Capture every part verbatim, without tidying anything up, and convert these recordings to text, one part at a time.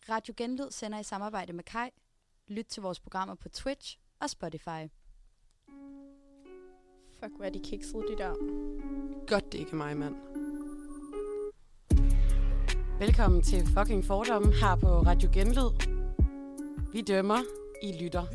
Radio Genlyd sender i samarbejde med Kai. Lyt til vores programmer på Twitch og Spotify. Fuck, hvad er de kiksede, de der. Godt, det ikke er mig, mand. Velkommen til Fucking Fordomme her på Radio Genlyd. Vi dømmer, I lytter.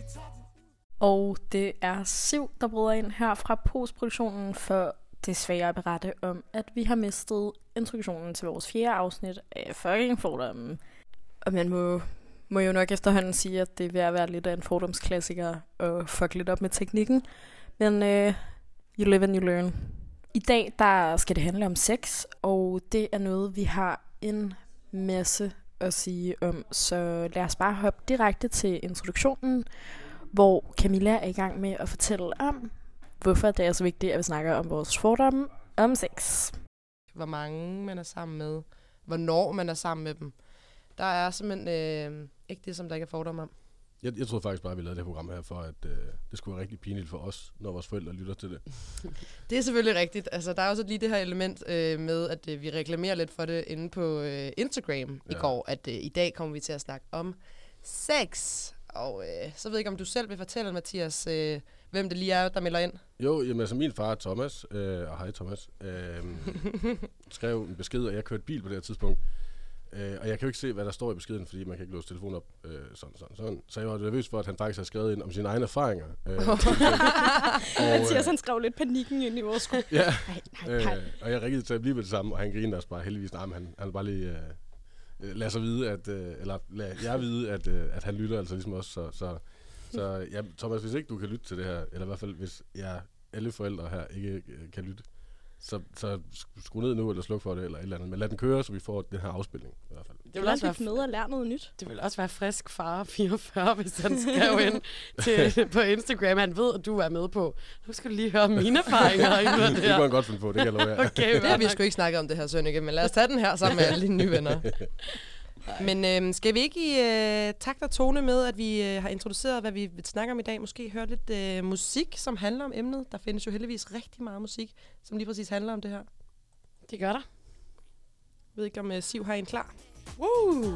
Og det er Siv, der bryder ind her fra postproduktionen for desværre at berette om, at vi har mistet introduktionen til vores fjerde afsnit af Fucking Fordomme. Og man må, må jo nok efterhånden sige, at det er ved at være lidt af en fordomsklassiker og fuck lidt op med teknikken. Men uh, you live and you learn. I dag der skal det handle om sex, og det er noget, vi har en masse at sige om. Så lad os bare hoppe direkte til introduktionen, hvor Camilla er i gang med at fortælle om, hvorfor det er så vigtigt, at vi snakker om vores fordomme om sex. Hvor mange man er sammen med, hvornår man er sammen med dem. Der er simpelthen øh, ikke det, som der ikke er fordomme om. Jeg, jeg troede faktisk bare, at vi lavede det her program her, for at øh, det skulle være rigtig pinligt for os, når vores forældre lytter til det. Det er selvfølgelig rigtigt. Altså, der er også lige det her element øh, med, at øh, vi reklamerer lidt for det inde på øh, Instagram ja. i går, at øh, i dag kommer vi til at snakke om sex. Og øh, så ved jeg ikke, om du selv vil fortælle, Mathias, øh, hvem det lige er, der melder ind. Jo, jamen, altså min far, Thomas, øh, og hej Thomas, øh, skrev en besked, og jeg kørte bil på det her tidspunkt. Øh, og jeg kan jo ikke se, hvad der står i beskeden, fordi man kan ikke låse telefonen op, øh, sådan, sådan, sådan. Så jeg var nervøs for, at han faktisk har skrevet ind om sine egne erfaringer. Øh, og, Mathias, han skrev lidt panikken ind i vores skole. Ja, øh, og jeg ringede til ham lige med det samme, og han grinede også bare heldigvis. Nej, men han, han bare lige øh, lad sig vide, at, øh, eller lad jer vide, at, øh, at han lytter altså ligesom os. Så, så, så ja, Thomas, hvis ikke du kan lytte til det her, eller i hvert fald hvis jeg, alle forældre her ikke øh, kan lytte, Så, så skru ned nu, eller sluk for det, eller et eller andet. Men lad den køre, så vi får den her afspilning, i hvert fald. Det vil også være med og lære noget nyt. Det vil også være frisk far fireogfyrre, hvis han skrev ind til, på Instagram. Han ved, at du er med på. Nu skal du lige høre mine erfaringer. det, det kan man godt finde på, det kan jeg love jer. Okay, det har vi sgu ikke snakket om det her, Sønneke, men lad os tage den her sammen med alle dine nye venner. Men øh, skal vi ikke i øh, takt og tone med, at vi øh, har introduceret, hvad vi vil snakke om i dag? Måske høre lidt øh, musik, som handler om emnet. Der findes jo heldigvis rigtig meget musik, som lige præcis handler om det her. Det gør der. Jeg ved ikke, om øh, Siv har en klar. Woo!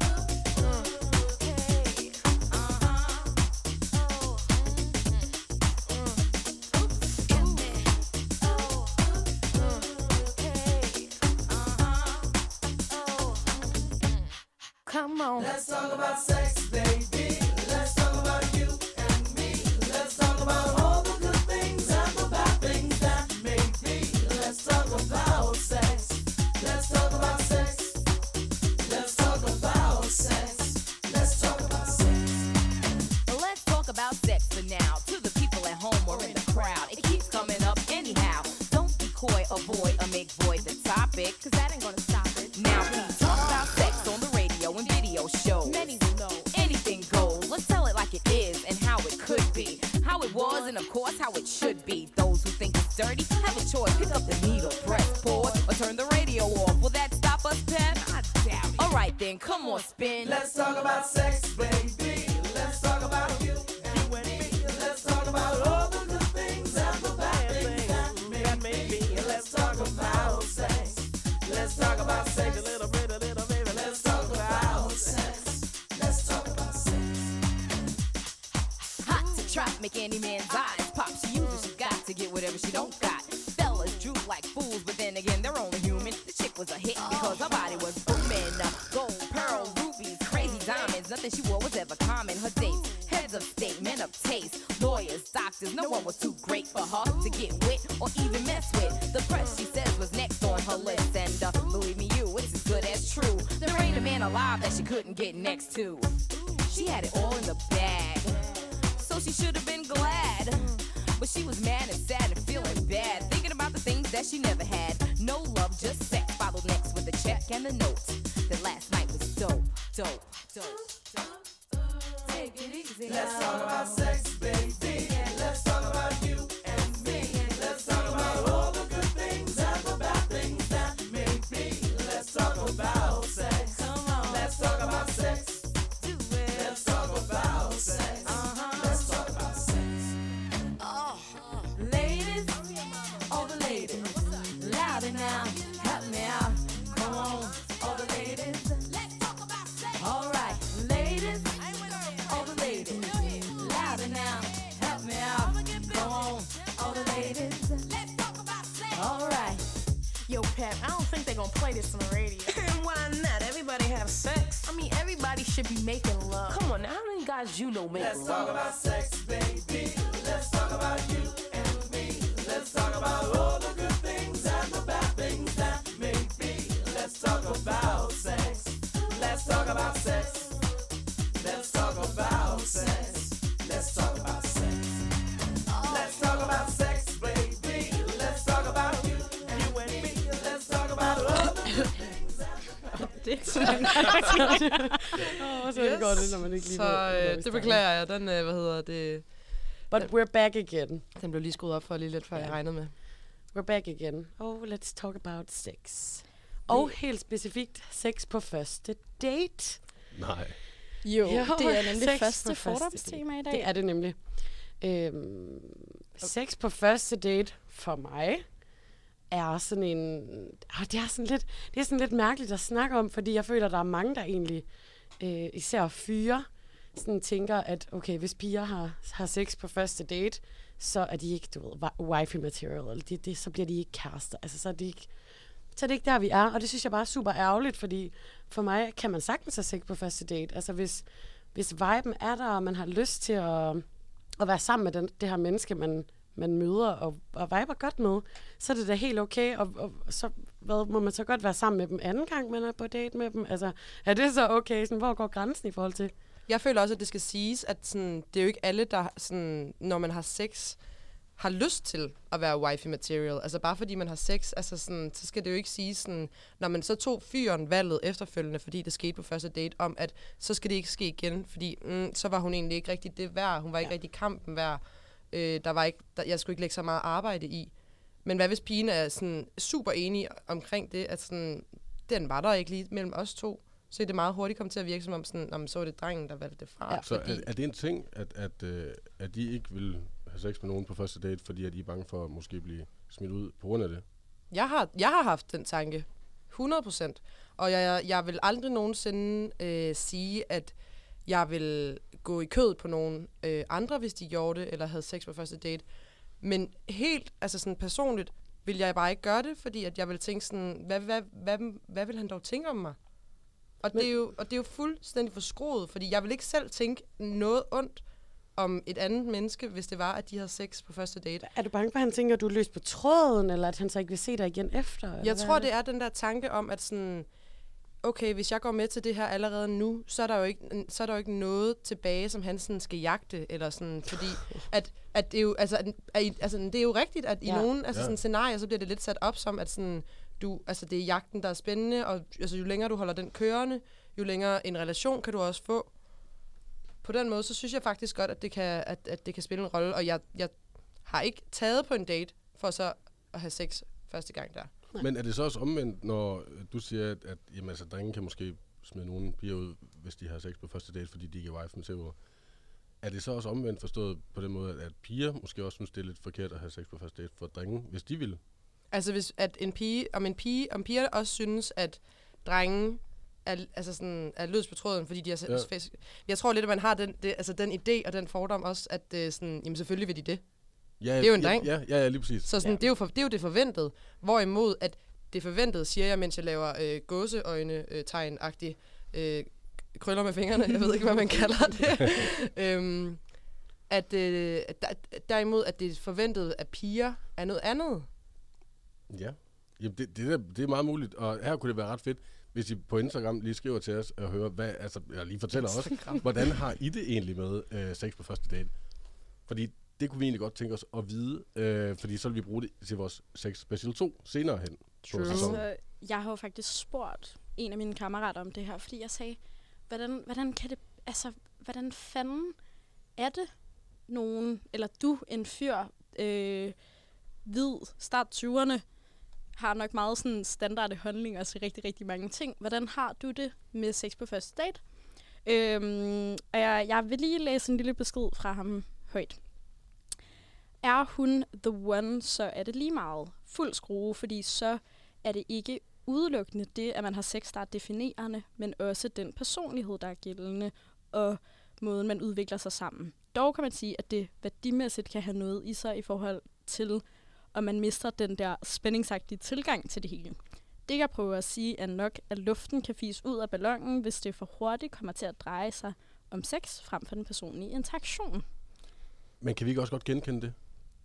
Come on. Let's talk about sex, baby. Let's talk about you and me. Let's talk about all the good things and the bad things that may be. Let's talk about sex. Let's talk about sex. Let's talk about sex. Let's talk about sex. Let's talk about sex for now. To the people at home or in the crowd, it keeps coming up anyhow. Don't be coy, avoid, or make void the topic, cause that ain't gonna stop it. Now please talk about sex on the radio and video shows. Many will know anything goes. Let's tell it like it is and how it could be, how it was, and of course how it should be. Those who think it's dirty have a choice. Pick up the needle, press pause, or turn the radio off. Will that stop us, Pep? I doubt it. Alright then, come on, spin. Let's talk about sex, baby. Let's talk about you and me. Let's talk about all the good things and the bad things that may be. Let's talk about sex. Let's talk about sex. A little bit, a little baby. Let's talk about sex. Let's talk about sex. Hot to trap, make any man's eyes pop. She uses, she got to get whatever she don't got. Fellas droop like fools, but then again, they're only human. The chick was a hit because her body was booming. Gold, pearl, rubies, crazy diamonds. Nothing she wore was ever common. Her dates, heads of state, men of taste, lawyers, doctors. No one was too great for her to get with or even mess with. The press, she says, was next on her list. And uh, believe me, you, it's as good as true. There ain't a man alive that she couldn't get next to. She had it all in the bag, so she should have been glad. But she was mad and sad and feeling bad, thinking about the things that she never had. No love, just sex. Followed next with a check and a note that last night was dope, dope, dope, dope. Take it easy. Let's talk about sex, baby. Let's talk about you and me. Let's talk about all the good things and the bad things that may be. Let's talk about sex. Come on. Let's talk about sex. Do it. Let's talk about sex. Uh-huh. Let's talk about sex. Oh, ladies, all the ladies, louder now, help me out. Come on, all the ladies. Let's talk about sex. All right. should be making love. Come on, now, how many guys you know make Let's love? talk about sex, baby. Let's talk about you and me. Let's talk about all the good things and the bad things that may be. Let's talk about sex. Let's talk about sex. Let's talk about sex. Let's talk about sex. Let's talk about sex, baby. Let's talk about you, you and me. Let's talk about all the good things and the bad things. Åh, så er det godt, når man ikke lige Så ved, øh, det beklager jeg. Den, øh, hvad hedder det? But we're back again. Den blev lige skruet op for lige lidt, før Ja. jeg regnede med. We're back again. Oh, let's talk about sex. Og helt specifikt, sex på første date. Nej. Jo, Jo, det er nemlig sex første på første fordomstema i dag. Det er det nemlig. Øhm, sex på første date for mig er sådan en... Oh, det, er sådan lidt, det er sådan lidt mærkeligt at snakke om, fordi jeg føler, der er mange, der egentlig, øh, især fyre, sådan tænker, at okay, hvis piger har, har sex på første date, så er de ikke, du ved, wi- wifey material, eller de, de, så bliver de ikke kærester. Altså, så er det ikke, så er det ikke der, vi er. Og det synes jeg bare er super ærgerligt, fordi for mig kan man sagtens have sex på første date. Altså, hvis, hvis viben er der, og man har lyst til at, at være sammen med den, det her menneske, man, man møder og, og viber godt med, så er det da helt okay. Og, og så hvad, må man så godt være sammen med dem anden gang, man er på date med dem? Altså, er det så okay? Sådan, hvor går grænsen i forhold til? Jeg føler også, at det skal siges, at sådan, det er jo ikke alle, der sådan, når man har sex, har lyst til at være wifey material. Altså bare fordi man har sex, altså sådan, så skal det jo ikke sige sådan, når man så tog fyren valget efterfølgende, fordi det skete på første date, om at så skal det ikke ske igen, fordi mm, så var hun egentlig ikke rigtig det værd. Hun var ikke ja. rigtig kampen værd. Øh, der var ikke, der, jeg skulle ikke lægge så meget arbejde i. Men hvad hvis pigen er sådan super enig omkring det, at sådan, den var der ikke lige mellem os to, så er det meget hurtigt kommet til at virke som om, sådan, om så var det drengen, der valgte det fra. Ja. Så fordi, er, er det en ting, at, at, øh, at de ikke vil have sex med nogen på første date, fordi at I er bange for at måske blive smidt ud på grund af det? jeg, har, jeg har haft den tanke, hundrede procent. Og jeg, jeg vil aldrig nogensinde øh, sige, at jeg vil gå i kødet på nogen øh, andre, hvis de gjorde det, eller havde sex på første date. Men helt, altså sådan personligt, vil jeg bare ikke gøre det, fordi at jeg vil tænke sådan, hvad, hvad, hvad, hvad, hvad vil han dog tænke om mig? Og, Men- det er jo, og det er jo fuldstændig forskruet, fordi jeg vil ikke selv tænke noget ondt om et andet menneske, hvis det var, at de havde sex på første date. Er du bange for, at han tænker, at du er løst på tråden, eller at han så ikke vil se dig igen efter? eller Jeg hvad tror, er det er den der tanke om, at sådan, okay, hvis jeg går med til det her allerede nu, så er der jo ikke, så er der jo ikke noget tilbage, som han sådan skal jagte, eller sådan, fordi at, at det er jo, altså, at, at, altså, det er jo rigtigt, at i Ja. nogle altså, Ja. sådan, scenarier, så bliver det lidt sat op som, at sådan, du, altså, det er jagten, der er spændende, og altså, jo længere du holder den kørende, jo længere en relation kan du også få. På den måde, så synes jeg faktisk godt, at det kan, at, at det kan spille en rolle, og jeg, jeg har ikke taget på en date, for så at have sex første gang der. Men er det så også omvendt, når du siger, at, at jamen, altså, drenge kan måske smide nogle piger ud, hvis de har sex på første date, fordi de ikke er wife material? Er det så også omvendt forstået på den måde, at piger måske også synes, det er lidt forkert at have sex på første date for drenge, hvis de vil? Altså hvis at en pige, om en pige, om piger også synes, at drenge er, altså sådan, er løs på tråden, fordi de har Ja. ja. Jeg tror lidt, at man har den, det, altså den idé og den fordom også, at øh, sådan, jamen selvfølgelig vil de det. Ja, Det er jo en ja, dreng. Ja, ja, ja, lige præcis. Så sådan, ja. det, er jo for, det er jo det forventede. Hvorimod, at det forventede, siger jeg, mens jeg laver øh, gåseøjne-tegn-agtigt øh, krøller med fingrene, jeg ved ikke, hvad man kalder det. øhm, at øh, at der, derimod, at det forventede af piger er noget andet. Ja, jamen, det, det, er, det er meget muligt, og her kunne det være ret fedt, hvis I på Instagram lige skriver til os og hører, hvad, altså, eller lige fortæller os, hvordan har I det egentlig med øh, sex på første date? Fordi det kunne vi egentlig godt tænke os at vide, øh, fordi så vil vi bruge det til vores Sex Special to senere hen. På sæsonen. Altså, jeg har jo faktisk spurgt en af mine kammerater om det her, fordi jeg sagde, hvordan, hvordan kan det, altså, hvordan fanden er det nogen, eller du, en fyr, øh, hvid, start tyverne, har nok meget sådan standarde holdninger til rigtig, rigtig mange ting. Hvordan har du det med sex på første date? Øhm, og jeg, jeg vil lige læse en lille besked fra ham højt. Er hun the one, så er det lige meget fuld skrue, fordi så er det ikke udelukkende det, at man har sex, der er definerende, men også den personlighed, der er gældende, og måden, man udvikler sig sammen. Dog kan man sige, at det værdimæssigt kan have noget i sig i forhold til, om man mister den der spændingsagtige tilgang til det hele. Det, jeg prøver at sige, er nok, at luften kan fise ud af ballonen, hvis det for hurtigt kommer til at dreje sig om sex, frem for den personlige interaktion. Men kan vi ikke også godt genkende det?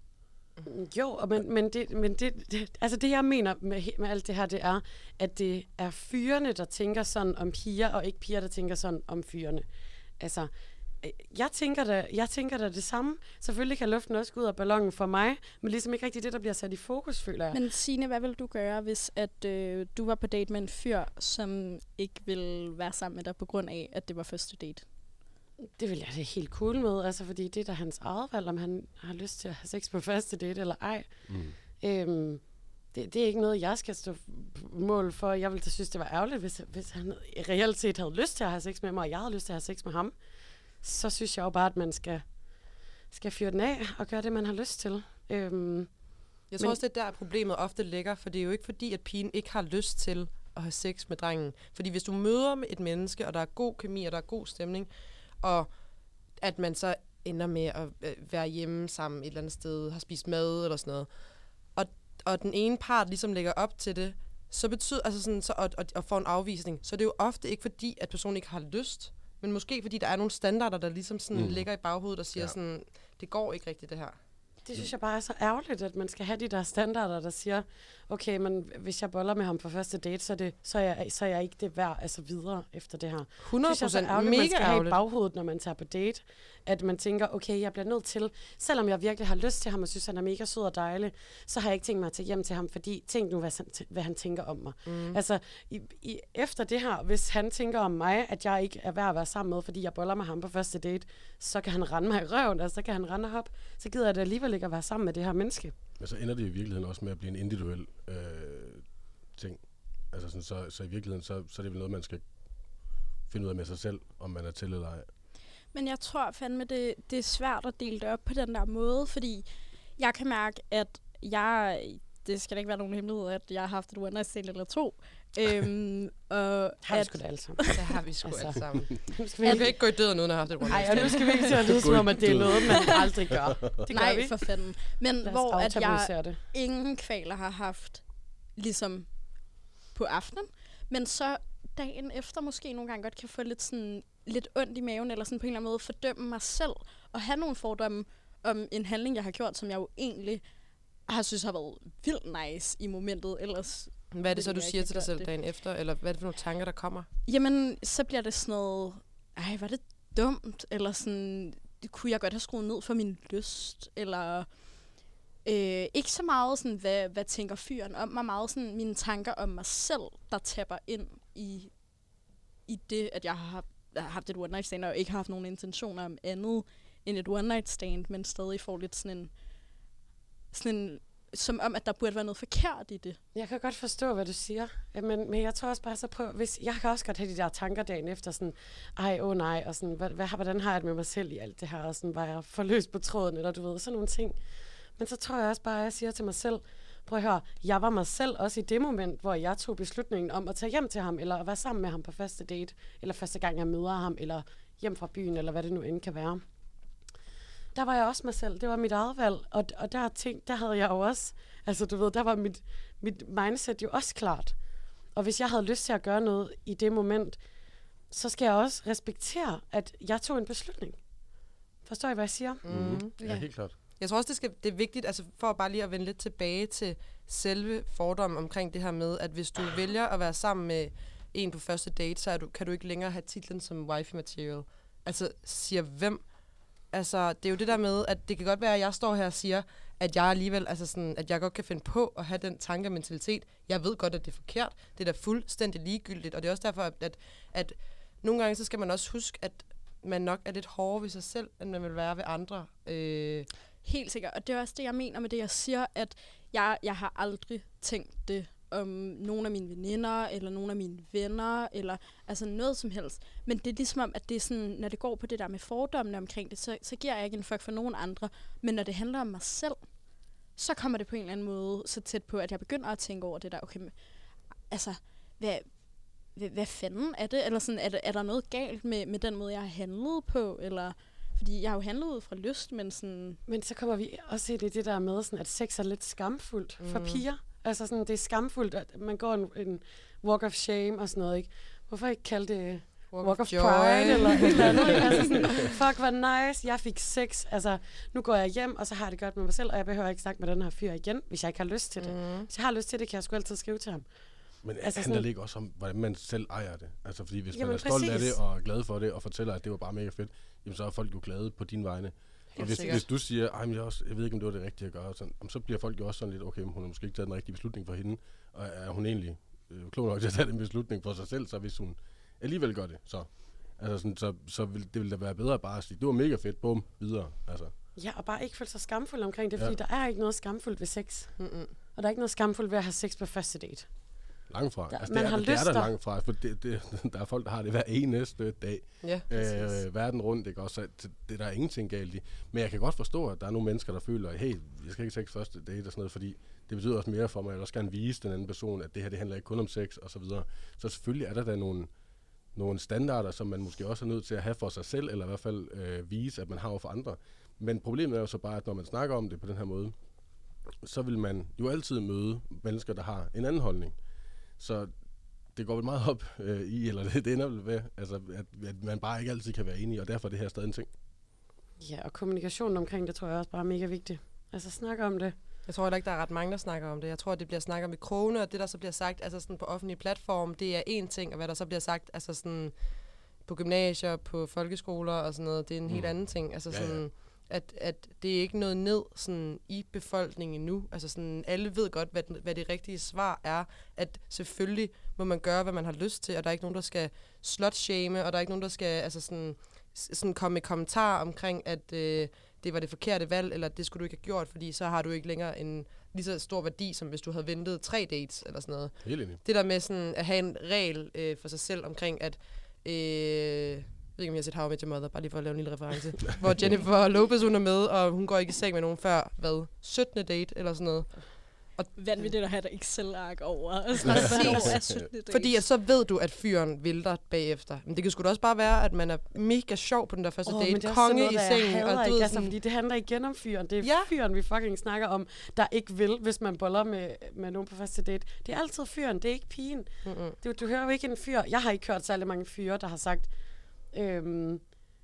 Jo, og men, men, det, men det, det, altså det, jeg mener med, med alt det her, det er, at det er fyrene, der tænker sådan om piger, og ikke piger, der tænker sådan om fyrene. Altså, jeg tænker da, jeg tænker da det samme. Selvfølgelig kan luften også gå ud af ballonen for mig, men ligesom ikke rigtig det, der bliver sat i fokus, føler jeg. Men Signe, hvad vil du gøre, hvis at, øh, du var på date med en fyr, som ikke ville være sammen med dig på grund af, at det var første date? Det vil jeg da helt cool med, altså fordi det er da hans eget valg, om han har lyst til at have sex på første date eller ej. Mm. Øhm, det, det er ikke noget, jeg skal stå mål for. Jeg ville da synes, det var ærgerligt, hvis, hvis han reelt set havde lyst til at have sex med mig, og jeg havde lyst til at have sex med ham. Så synes jeg jo bare, at man skal, skal fyre den af og gøre det, man har lyst til. Øhm, Jeg tror men- også, det er der problemet ofte ligger, for det er jo ikke fordi, at pigen ikke har lyst til at have sex med drengen. Fordi hvis du møder med et menneske, og der er god kemi, og der er god stemning, og at man så ender med at øh, være hjemme sammen et eller andet sted, har spist mad eller sådan noget, og, og den ene part ligesom lægger op til det, så betyder, altså sådan, så, og, og, og får en afvisning, så det er jo ofte ikke fordi, at personen ikke har lyst, men måske fordi der er nogle standarder, der ligesom sådan Mm. ligger i baghovedet og siger Ja. sådan, det går ikke rigtigt det her. Det synes jeg bare er så ærgerligt, at man skal have de der standarder, der siger, okay, men hvis jeg boller med ham på første date, så er, det, så er, jeg, så er jeg ikke det værd, altså videre efter det her. hundrede Synes jeg så procent ærgerligt, man mega skal have i ærgerligt. baghovedet, når man tager på date, at man tænker, okay, jeg bliver nødt til, selvom jeg virkelig har lyst til ham, og synes, han er mega sød og dejlig, så har jeg ikke tænkt mig at tage hjem til ham, fordi tænk nu, hvad han, hvad han tænker om mig. Mm. Altså, i, i, efter det her, hvis han tænker om mig, at jeg ikke er værd at være sammen med, fordi jeg boller med ham på første date, så kan han rende mig i røven, altså så kan han rende op, så gider jeg da alligevel ikke at være sammen med det her menneske. Men så ender det i virkeligheden også med at blive en individuel øh, ting. Altså sådan, så, så i virkeligheden, så, så er det vel noget, man skal finde ud af med sig selv, om man er til eller ej. Men jeg tror fandme, det, det er svært at dele det op på den der måde, fordi jeg kan mærke, at jeg, det skal da ikke være nogen hemmelighed, at jeg har haft et one night stand eller to. øhm, og Har vi at, sgu da alle sammen. Det har vi sgu Altså. alt sammen. Nu skal Vi vi kan ikke gå i døden, uden at have haft et one Ej, night og stand. nu skal vi ikke til at lyde som om, at det er noget, man aldrig gør. Det gør nej, vi. for fanden. Men Lad os hvor at jeg aftabuisere det. ingen kvaler har haft, ligesom på aftenen, men så dagen efter måske nogle gange godt kan få lidt sådan lidt ondt i maven, eller sådan på en eller anden måde fordømme mig selv, og have nogle fordomme om en handling, jeg har gjort, som jeg jo egentlig har synes har været vildt nice i momentet, ellers... Hvad er det så, ville du jeg siger ikke til have dig selv gjort det. dagen efter? Eller hvad er det for nogle tanker, der kommer? Jamen, så bliver det sådan noget, ej, var det dumt, eller sådan, kunne jeg godt have skruet ned for min lyst, eller øh, ikke så meget sådan, hvad, hvad tænker fyren om mig, meget sådan mine tanker om mig selv, der tapper ind i, i det, at jeg har haft, jeg har haft et one night stand, og ikke har haft nogen intentioner om andet end et one night stand, men stadig får lidt sådan en, sådan en, som om, at der burde være noget forkert i det. Jeg kan godt forstå, hvad du siger, ja, men, men jeg tror også bare så på, hvis, jeg kan også godt have de der tanker dagen efter, sådan, ej, åh oh, nej, og sådan, hvad, hvad, hvordan har jeg det med mig selv i alt det her, og sådan, var jeg for løs på tråden, eller du ved, sådan nogle ting. Men så tror jeg også bare, at jeg siger til mig selv, prøv at høre, jeg var mig selv også i det moment, hvor jeg tog beslutningen om at tage hjem til ham, eller at være sammen med ham på første date, eller første gang jeg møder ham, eller hjem fra byen, eller hvad det nu end kan være. Der var jeg også mig selv. Det var mit eget valg. Og, og der, tænk, der havde jeg jo også... Altså, du ved, der var mit, mit mindset jo også klart. Og hvis jeg havde lyst til at gøre noget i det moment, så skal jeg også respektere, at jeg tog en beslutning. Forstår I, hvad jeg siger? Mm. Ja, helt klart. Jeg tror også, det, skal, det er vigtigt, altså for bare lige at vende lidt tilbage til selve fordommen omkring det her med, at hvis du vælger at være sammen med en på første date, så er du, kan du ikke længere have titlen som wifey material. Altså, siger hvem? Altså, det er jo det der med, at det kan godt være, at jeg står her og siger, at jeg alligevel, altså sådan, at jeg godt kan finde på at have den tanke og mentalitet. Jeg ved godt, at det er forkert. Det er da fuldstændig ligegyldigt, og det er også derfor, at, at, at nogle gange, så skal man også huske, at man nok er lidt hårdere ved sig selv, end man vil være ved andre. Øh, Helt sikkert. Og det er også det, jeg mener med det, jeg siger, at jeg, jeg har aldrig tænkt det om nogle af mine veninder, eller nogle af mine venner, eller altså noget som helst. Men det er ligesom om, at det er sådan, når det går på det der med fordommene omkring det, så, så giver jeg ikke en fuck for nogen andre. Men når det handler om mig selv, så kommer det på en eller anden måde så tæt på, at jeg begynder at tænke over det der, okay, men, altså, hvad, hvad, hvad fanden er det? Eller sådan, er, det, er der noget galt med, med den måde, jeg har handlet på? Eller, fordi jeg har jo handlet ud fra lyst, men sådan... Men så kommer vi også ind i det der med, sådan, at sex er lidt skamfuldt mm. for piger. Altså sådan, det er skamfuldt, at man går en, en walk of shame og sådan noget, ikke? Hvorfor ikke kalde det walk, walk of joy. pride eller et eller andet? Ikke? Altså sådan, fuck, hvor nice, jeg fik sex. Altså, nu går jeg hjem, og så har jeg det godt med mig selv, og jeg behøver ikke snakke med den her fyr igen, hvis jeg ikke har lyst til det. Mm. Hvis jeg har lyst til det, kan jeg sgu altid skrive til ham. Men det altså handler sådan, ikke også om, hvordan man selv ejer det. Altså, fordi hvis jamen, man er stolt præcis. af det, og er glad for det, og fortæller, at det var bare mega fedt, jamen så er folk jo glade på dine vegne. Og hvis, hvis du siger, ej, men jeg, også, jeg ved ikke, om det var det rigtige at gøre, sådan, så bliver folk jo også sådan lidt, okay, hun har måske ikke taget den rigtige beslutning for hende, og er hun egentlig øh, klog nok til at tage den beslutning for sig selv, så hvis hun alligevel gør det, så, altså sådan, så, så vil det ville da være bedre bare at sige, det var mega fedt, bum, videre. Altså. Ja, og bare ikke føle sig skamfuld omkring det, fordi Ja. der er ikke noget skamfuldt ved sex. Mm-mm. Og der er ikke noget skamfuldt ved at have sex på første date. Langt fra. Der, Altså, man det er, har det lyst er der der. langt fra, for det, det, der er folk, der har det hver eneste dag. Ja, øh, verden rundt, ikke også? Så det der er ingenting galt i. Men jeg kan godt forstå, at der er nogle mennesker, der føler, hey, jeg skal ikke sex første date og sådan noget, fordi det betyder også mere for mig. Jeg vil også gerne vise den anden person, at det her, det handler ikke kun om sex og så videre. Så selvfølgelig er der da nogle, nogle standarder, som man måske også er nødt til at have for sig selv, eller i hvert fald øh, vise, at man har over for andre. Men problemet er jo så bare, at når man snakker om det på den her måde, så vil man jo altid møde mennesker, der har en anden holdning. Så det går vel meget op øh, i, eller det, det ender vel ved, altså, at, at man bare ikke altid kan være enig, og derfor er det her stadig en ting. Ja, og kommunikationen omkring det, tror jeg også bare er mega vigtigt. Altså, snak om det. Jeg tror heller ikke, der er ret mange, der snakker om det. Jeg tror, det bliver snakket om i krone, og det, der så bliver sagt altså sådan på offentlige platform, det er én ting, og hvad der så bliver sagt altså sådan på gymnasier, på folkeskoler og sådan noget, det er en mm. helt anden ting. Altså Ja, ja. sådan, at, at det er ikke noget ned sådan, i befolkningen endnu. Altså sådan, alle ved godt, hvad, den, hvad det rigtige svar er, at selvfølgelig må man gøre, hvad man har lyst til, og der er ikke nogen, der skal slutshame, og der er ikke nogen, der skal altså sådan, sådan komme med kommentarer omkring, at øh, det var det forkerte valg, eller det skulle du ikke have gjort, fordi så har du ikke længere en lige så stor værdi, som hvis du havde ventet tre dates, eller sådan noget. Helt enig. Det der med sådan at have en regel øh, for sig selv omkring, at øh, jeg ved ikke, om jeg har set How I Met Your Mother, bare lige for at lave en lille reference, hvor Jennifer Lopez, hun er med, og hun går ikke i seng med nogen før, hvad, syttende date, eller sådan noget. Og Vanvittigt at have et Excel-ark over. Altså, Præcis. Fordi at så ved du, at fyren vil dig bagefter. Men det kan sgu da også bare være, at man er mega sjov på den der første Åh, date. men det er også Konge sådan i noget, der jeg sengen. hader Og du ikke, ved altså, sådan, fordi det handler igen om fyren. Det er Ja. fyren, vi fucking snakker om, der ikke vil, hvis man boller med, med nogen på første date. Det er altid fyren, det er ikke pigen. mm-mm. Du, du hører jo ikke en fyr. Jeg har ikke hørt særlig mange fyre, der har sagt, øhm,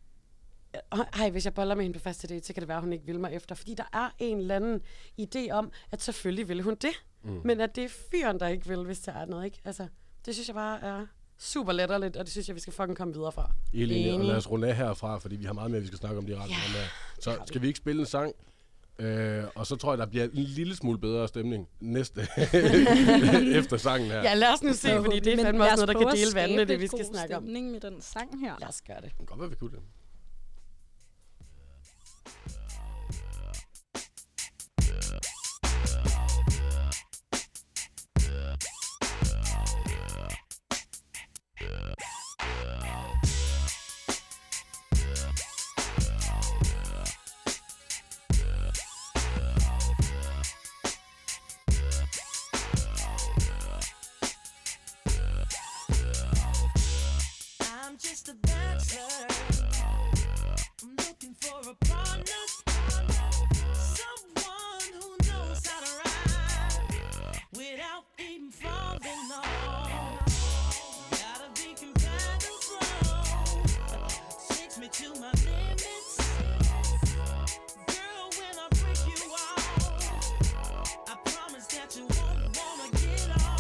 hej, hvis jeg boller med hende på første date, så kan det være, at hun ikke vil mig efter. Fordi der er en eller anden idé om, at selvfølgelig vil hun det. Mm. Men at det er fyren, der ikke vil, hvis der er noget, ikke? Altså, det synes jeg bare er super letterligt, og det synes jeg, vi skal fucking komme videre fra. Enig, og lad os runde af herfra, fordi vi har meget mere, vi skal snakke om de rette Ja, med. Så skal vi ikke spille en sang? Øh, og så tror jeg, der bliver en lille smule bedre stemning næste efter sangen her. Ja, lad os nu se, fordi det er fandme også noget, der kan dele vandene, det vi skal snakke om. stemning med den sang her. Lad os gøre det. Det kan godt være, vi kunne det. I'm just a bachelor. I'm looking for a partner, someone who knows how to ride without even falling off. Gotta be compatible, takes me to my limits. Girl, when I break you off, I promise that you won't wanna get off.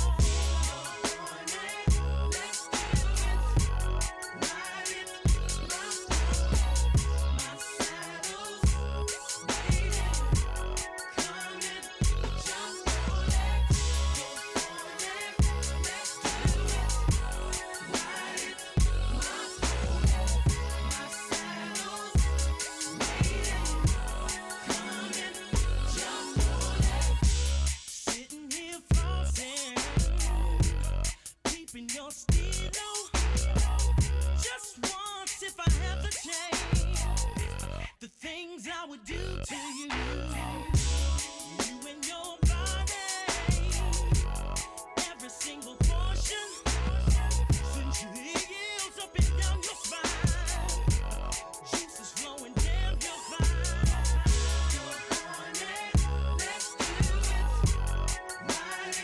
Sitting here flossing, keeping your stilo. Just once, if I have the chance, the things I would do to you. You and your body, every single portion, since you heels up and down your spine, juices flowing down your spine. Let's do it right.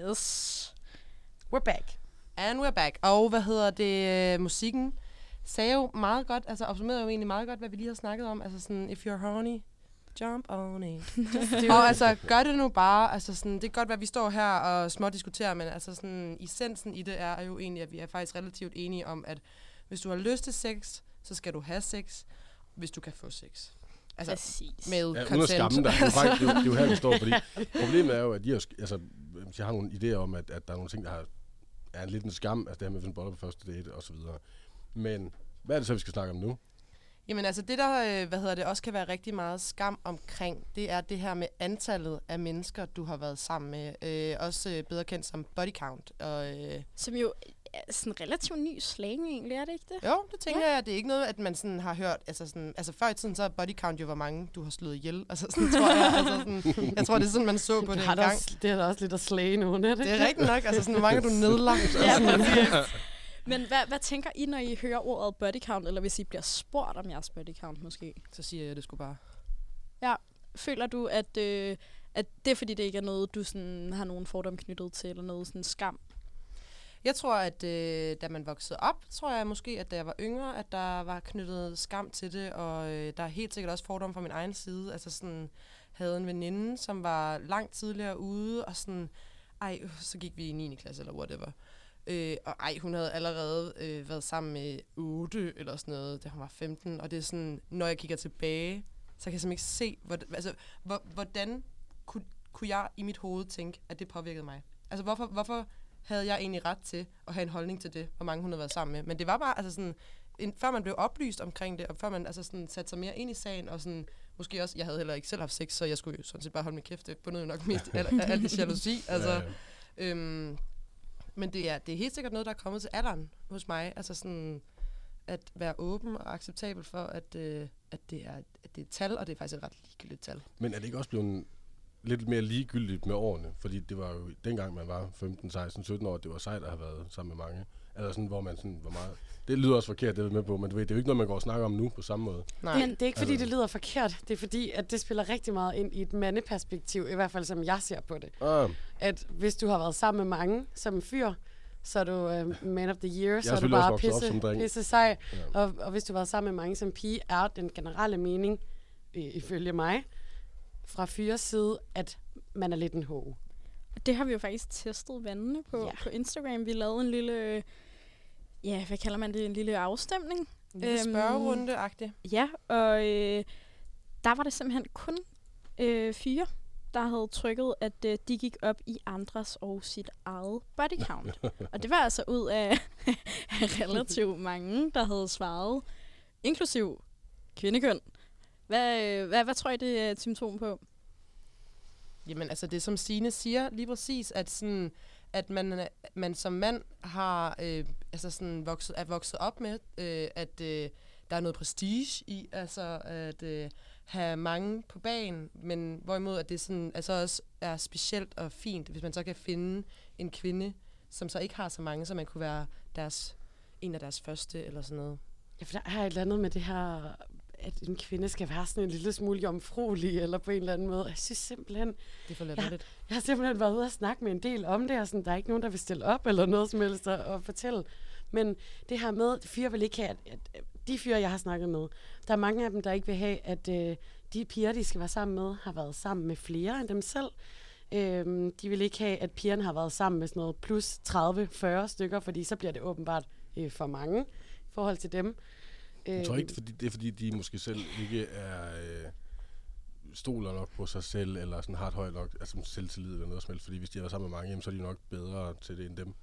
Yes. We're back. And we're back. Og hvad hedder det? øh, Musikken sagde jo meget godt, altså opsummerede jo egentlig meget godt, hvad vi lige har snakket om. Altså sådan, if you're horny, jump on it. Og altså, gør det nu bare. Altså sådan, det er godt, hvad vi står her og små diskuterer, men altså sådan, essensen i det er jo egentlig, at vi er faktisk relativt enige om, at hvis du har lyst til sex, så skal du have sex, hvis du kan få sex. Altså, Præcis. med Ja, uden at consent. skamme dig. Det er jo faktisk, det er jo, det er jo her, vi står, fordi problemet er jo, at de har, sk- altså, jeg har nogle idéer om, at, at der er nogle ting, der har, er en lidt en skam, altså det her med at finde boller på første date og så videre. Men hvad er det så, vi skal snakke om nu? Jamen altså det der, øh, hvad hedder det, også kan være rigtig meget skam omkring, det er det her med antallet af mennesker, du har været sammen med. Øh, også øh, bedre kendt som body count. Og, øh, Som jo er sådan relativt ny slang egentlig, er det ikke det? jo, det tænker ja. jeg, det er ikke noget, at man sådan har hørt, altså sådan, altså før i tiden, så er body count jo, hvor mange du har slået ihjel. Altså sådan, tror jeg, altså sådan, jeg tror, det er sådan, man så på det har en da gang. også, det er da også lidt at slage nogen, er det Det er rigtigt nok, altså sådan, hvor mange er du nedlagt? Ja, Altså, Men hvad, hvad tænker I, når I hører ordet body count, eller hvis I bliver spurgt om jeres body count måske? så siger jeg, det skulle bare. Ja, føler du, at, øh, at det er fordi, det ikke er noget, du sådan, har nogen fordom knyttet til, eller noget sådan skam? Jeg tror, at øh, da man voksede op, tror jeg måske, at da jeg var yngre, at der var knyttet skam til det, og øh, der er helt sikkert også fordom fra min egen side. Altså sådan, havde en veninde, som var langt tidligere ude, og sådan, ej, øh, så gik vi i niende klasse eller whatever. Øh, og ej, hun havde allerede øh, været sammen med otte eller sådan noget, da hun var femten, og det er sådan, når jeg kigger tilbage, så kan jeg simpelthen ikke se, hvor, altså, hvor, hvordan kunne, kunne jeg i mit hoved tænke, at det påvirkede mig? Altså, hvorfor, hvorfor havde jeg egentlig ret til at have en holdning til det, hvor mange hun havde været sammen med? Men det var bare, altså sådan, en, før man blev oplyst omkring det, og før man altså sådan satte sig mere ind i sagen, og sådan, måske også, jeg havde heller ikke selv haft sex, så jeg skulle jo sådan set bare holde min kæft, det bundede jo nok mest af alt det jalousi, altså, Ja, ja. øhm, men det er, det er helt sikkert noget, der er kommet til alderen hos mig, altså sådan, at være åben og acceptabel for, at, øh, at, det er, at det er et tal, og det er faktisk et ret ligegyldigt tal. Men er det ikke også blevet lidt mere ligegyldigt med årene? Fordi det var jo dengang, man var femten, seksten, sytten år, det var sejt at have været sammen med mange. Altså sådan, hvor man sådan, hvor meget... Det lyder også forkert, det er med på, men du ved, det er jo ikke noget, man går og snakker om nu på samme måde. Nej. Men det er ikke, fordi Altså- det lyder forkert. Det er fordi, at det spiller rigtig meget ind i et mandeperspektiv, i hvert fald som jeg ser på det. Ah, At hvis du har været sammen med mange som en fyr, så er du uh, man of the year, så er du selvfølgelig også bare vokset op pisse, som dreng. pisse sej. Ja. Og, og hvis du har været sammen med mange som pige, er den generelle mening, øh, ifølge mig, fra fyres side, at man er lidt en ho. Det har vi jo faktisk testet vandene på, Ja. på Instagram. Vi lavede en lille, ja, hvad kalder man det, en lille afstemning. En lille Øhm, spørgerunde-agtigt. Ja, og øh, der var det simpelthen kun øh, fire, der havde trykket, at øh, de gik op i andres og sit eget body count. Og det var altså ud af relativt mange, der havde svaret, inklusiv kvindekøn. Hvad, øh, hvad, hvad tror I, det er et symptom på? Jamen, altså det som Signe siger, lige præcis, at sådan, at man, man som mand har, øh, altså sådan vokset, er vokset op med, øh, at øh, der er noget prestige i, altså at øh, have mange på banen, men hvorimod at det sådan, altså også er specielt og fint, hvis man så kan finde en kvinde, som så ikke har så mange, så man kunne være deres, en af deres første eller sådan noget. Ja, for der er et eller andet med det her, at en kvinde skal være sådan en lille smule jomfruelig, eller på en eller anden måde. Jeg synes simpelthen, Det er for latterligt. jeg har simpelthen været ude og snakke med en del om det, og sådan, der er ikke nogen, der vil stille op, eller noget som helst at, at fortælle. Men det her med, at fyre vil ikke have, at, at de fyre, jeg har snakket med, der er mange af dem, der ikke vil have, at øh, de piger, de skal være sammen med, har været sammen med flere end dem selv. Øhm, de vil ikke have, at pigerne har været sammen med sådan noget plus tredive til fyrre stykker, fordi så bliver det åbenbart øh, for mange i forhold til dem. jeg tror ikke, fordi, det er fordi, de måske selv ikke er... Øh, stoler nok på sig selv, eller sådan har et højt nok altså selvtillid eller noget som helst, fordi hvis de har været sammen med mange, jamen, så er de nok bedre til det end dem.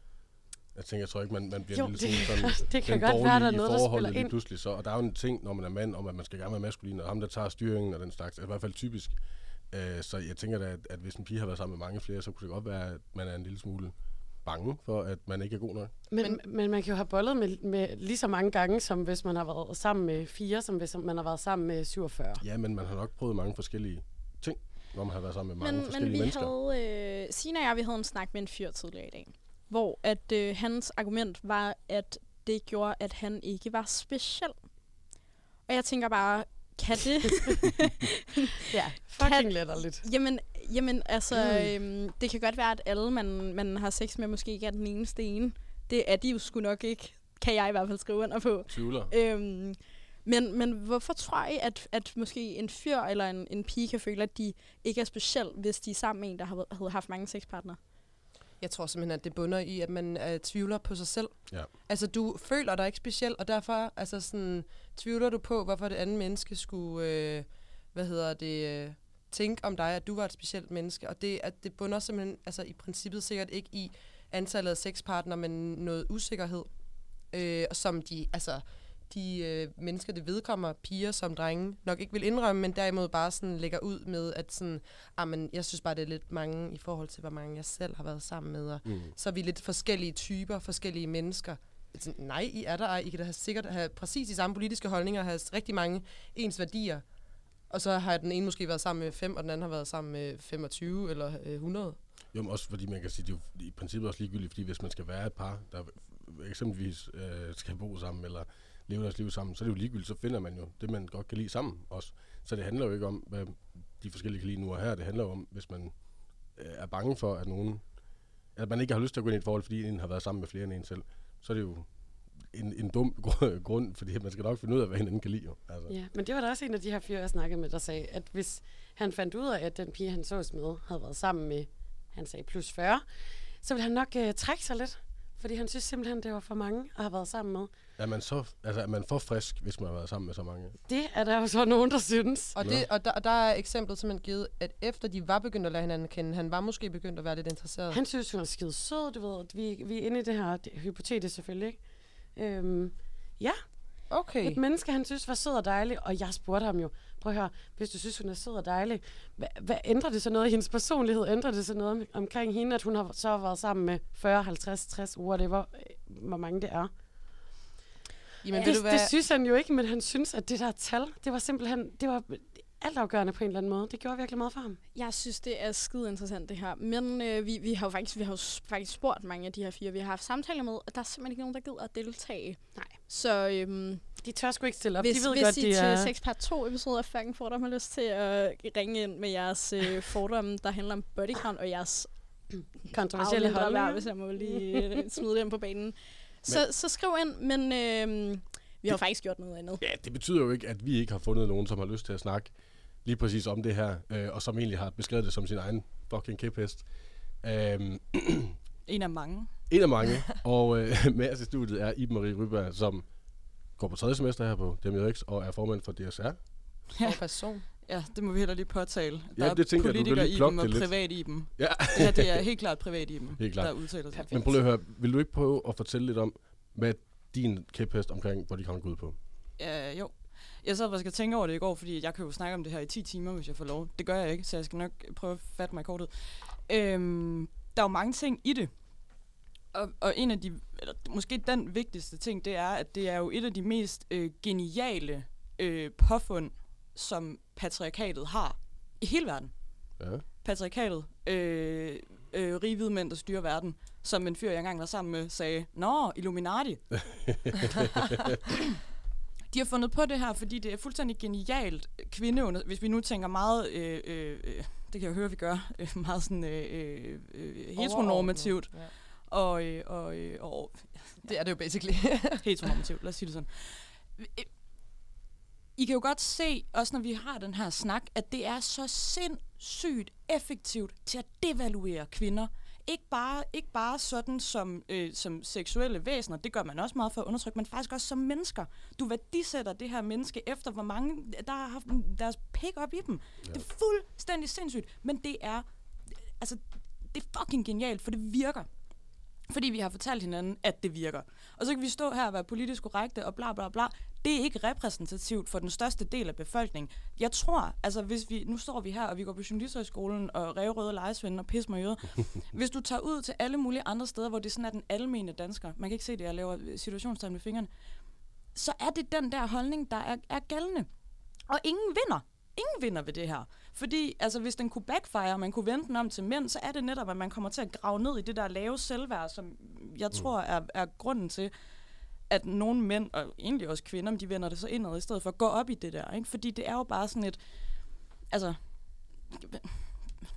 Jeg tænker, jeg tror ikke, man, man bliver Jo, en det- lille sådan, det kan den godt være, der er dårlige i noget, der forholdet spiller lige ind. pludselig. Så, og der er jo en ting, når man er mand, om at man skal gerne være maskulin, og ham, der tager styringen og den slags, er i hvert fald typisk. Uh, så jeg tænker da, at, at hvis en pige har været sammen med mange flere, så kunne det godt være, at man er en lille smule bange for, at man ikke er god nok. Men, men, men man kan jo have bollet med, med lige så mange gange, som hvis man har været sammen med fire, som hvis man har været sammen med syvogfyrre. Ja, men man har nok prøvet mange forskellige ting, når man har været sammen med mange Men, men forskellige vi mennesker. havde, øh, Signe og jeg, vi havde en snak med en fyr tidligere i dag, hvor at øh, hans argument var, at det gjorde, at han ikke var speciel. Og jeg tænker bare, kan det? Ja, fucking Kan- letterligt. Jamen, Jamen, altså, øhm, det kan godt være, at alle, man, man har sex med, måske ikke er den eneste ene. Det er de jo sgu nok ikke, kan jeg i hvert fald skrive under på. Tvivler. Øhm, men, men hvorfor tror I, at, at måske en fyr eller en, en pige kan føle, at de ikke er speciel, hvis de er sammen med en, der har, havde haft mange sexpartnere? Jeg tror simpelthen, at det bunder i, at man øh, tvivler på sig selv. Ja. Altså, du føler dig ikke speciel, og derfor altså, sådan, tvivler du på, hvorfor det andet menneske skulle, øh, hvad hedder det, øh, tænke om dig, at du var et specielt menneske. Og det, at det bunder simpelthen, altså i princippet sikkert ikke i antallet af sexpartnere, men noget usikkerhed, øh, som de, altså, de øh, mennesker, det vedkommer, piger som drenge, nok ikke vil indrømme, men derimod bare sådan lægger ud med, at sådan, ah, men jeg synes bare, det er lidt mange i forhold til, hvor mange jeg selv har været sammen med. Og Mm. så er vi lidt forskellige typer, forskellige mennesker. Sådan, nej, I er der ej. I kan da have sikkert have præcis de samme politiske holdninger, have rigtig mange ens værdier. Og så har den ene måske været sammen med fem, og den anden har været sammen med femogtyve eller øh, hundrede. Jo, men også fordi man kan sige, det er jo i princippet også ligegyldigt, fordi hvis man skal være et par, der eksempelvis øh, skal bo sammen, eller leve deres liv sammen, så er det jo ligegyldigt, så finder man jo det, man godt kan lide sammen også. Så det handler jo ikke om, hvad de forskellige kan lide nu og her. Det handler jo om, hvis man øh, er bange for, at nogen, at man ikke har lyst til at gå ind i et forhold, fordi en har været sammen med flere end en selv, så er det jo en, en dum grund, fordi man skal nok finde ud af, hvad hinanden kan lide. Jo. Altså. Ja, men det var da også en af de her fyre, jeg snakkede med, der sagde, at hvis han fandt ud af, at den pige, han sås med, havde været sammen med, han sagde plus fyrre, så ville han nok øh, trække sig lidt, fordi han synes simpelthen, det var for mange at have været sammen med. Er man, så, altså, er man for frisk, hvis man har været sammen med så mange? Det er der jo så nogen, der synes. Og, det, og, der, og der er eksemplet simpelthen givet, at efter de var begyndt at lade hinanden kende, han var måske begyndt at være lidt interesseret. Han synes, hun er skide sød, du ved. Vi, vi er inde i det her det, hypotetisk selvfølgelig, ikke? Øhm, ja, Okay. et menneske, han synes var sød og dejlig, og jeg spurgte ham jo, prøv at høre, hvis du synes, hun er sød og dejlig, hvad, hvad ændrer det så noget i hendes personlighed? Ændrer det så noget om, omkring hende, at hun har så været sammen med fyrre, halvtreds, tres uger, det var, hvor mange det er? Jamen, Det, ved du hvad? det synes han jo ikke, men han synes, at det der tal, det var simpelthen, det var altafgørende på en eller anden måde. Det gjorde virkelig meget for ham. Jeg synes, det er skide interessant, det her. Men øh, vi, vi har jo faktisk, vi har jo s- faktisk spurgt mange af de her fire, vi har haft samtaler med, og der er simpelthen ikke nogen, der gider at deltage. Nej. Så øhm, De tør sgu ikke stille op. hvis, de ved hvis godt, I de til er seks-part to episode af Fucking Fordom har lyst til at ringe ind med jeres øh, fordomme, der handler om body count og jeres kontroversielle afvindre holdninger. hver, hvis jeg må lige øh, smide dem på banen. Så, så skriv ind, men øh, vi har jo faktisk gjort noget andet. Ja, det betyder jo ikke, at vi ikke har fundet nogen, som har lyst til at snakke lige præcis om det her, øh, og som egentlig har beskrevet det som sin egen fucking kæphest. Øhm, En af mange. en af mange, og øh, med os i studiet er Iben Marie Ryberg, som går på tredje semester her på D M J X og er formand for D S R. Og person. Ja, det må vi heller lige påtale. Ja, Der det tænker er jeg, du kan politiker lige i plukke dem og det lidt. privat i dem. Ja. Det her, det er helt klart privat i dem, Helt klart. der udtaler sig. Men prøv lige at høre, vil du ikke prøve at fortælle lidt om, hvad din kæphest omkring body count går ud på? Ja, jo. Jeg sad faktisk og tænke over det i går, fordi jeg kan jo snakke om det her i ti timer, hvis jeg får lov. Det gør jeg ikke, så jeg skal nok prøve at fatte mig i kortet. Øhm, der er jo mange ting i det. Og, og en af de, eller måske den vigtigste ting, det er, at det er jo et af de mest øh, geniale øh, påfund, som patriarkatet har i hele verden. Ja. Patriarkatet, øh, øh, rige hvide mænd, der styrer verden, som en fyr, jeg engang var sammen med, sagde, nå, Illuminati. De har fundet på det her, fordi det er fuldstændig genialt kvindeunder... Hvis vi nu tænker meget... Øh, øh, det kan jeg jo høre, vi gør. Øh, meget sådan øh, øh, heteronormativt. Ja. Og, øh, og, øh, og... Det er det jo basically. heteronormativt, lad os sige det sådan. I kan jo godt se, også når vi har den her snak, at det er så sindssygt effektivt til at devaluere kvinder. Ikke bare, ikke bare sådan som, øh, som seksuelle væsener, det gør man også meget for at undertrykke, men faktisk også som mennesker. Du værdisætter det her menneske efter, hvor mange der har haft deres pik op i dem. Ja. Det er fuldstændig sindssygt, men det er, altså, det er fucking genialt, for det virker. Fordi vi har fortalt hinanden, at det virker. Og så kan vi stå her og være politisk korrekte og bla bla bla. Det er ikke repræsentativt for den største del af befolkningen. Jeg tror, altså hvis vi, nu står vi her, og vi går på journalisthøjskolen og ræverøde lejesvende og pis mig i øret. Hvis du tager ud til alle mulige andre steder, hvor det sådan er den almene dansker, man kan ikke se det, jeg laver situationstegn med fingrene, så er det den der holdning, der er, er gældende. Og ingen vinder. Ingen vinder ved det her. Fordi altså, hvis den kunne backfire, og man kunne vende den om til mænd, så er det netop, at man kommer til at grave ned i det der lave selvværd, som jeg tror er, er grunden til, at nogle mænd, og egentlig også kvinder, de vender det så indad i stedet for at gå op i det der. Ikke? Fordi det er jo bare sådan et... Altså...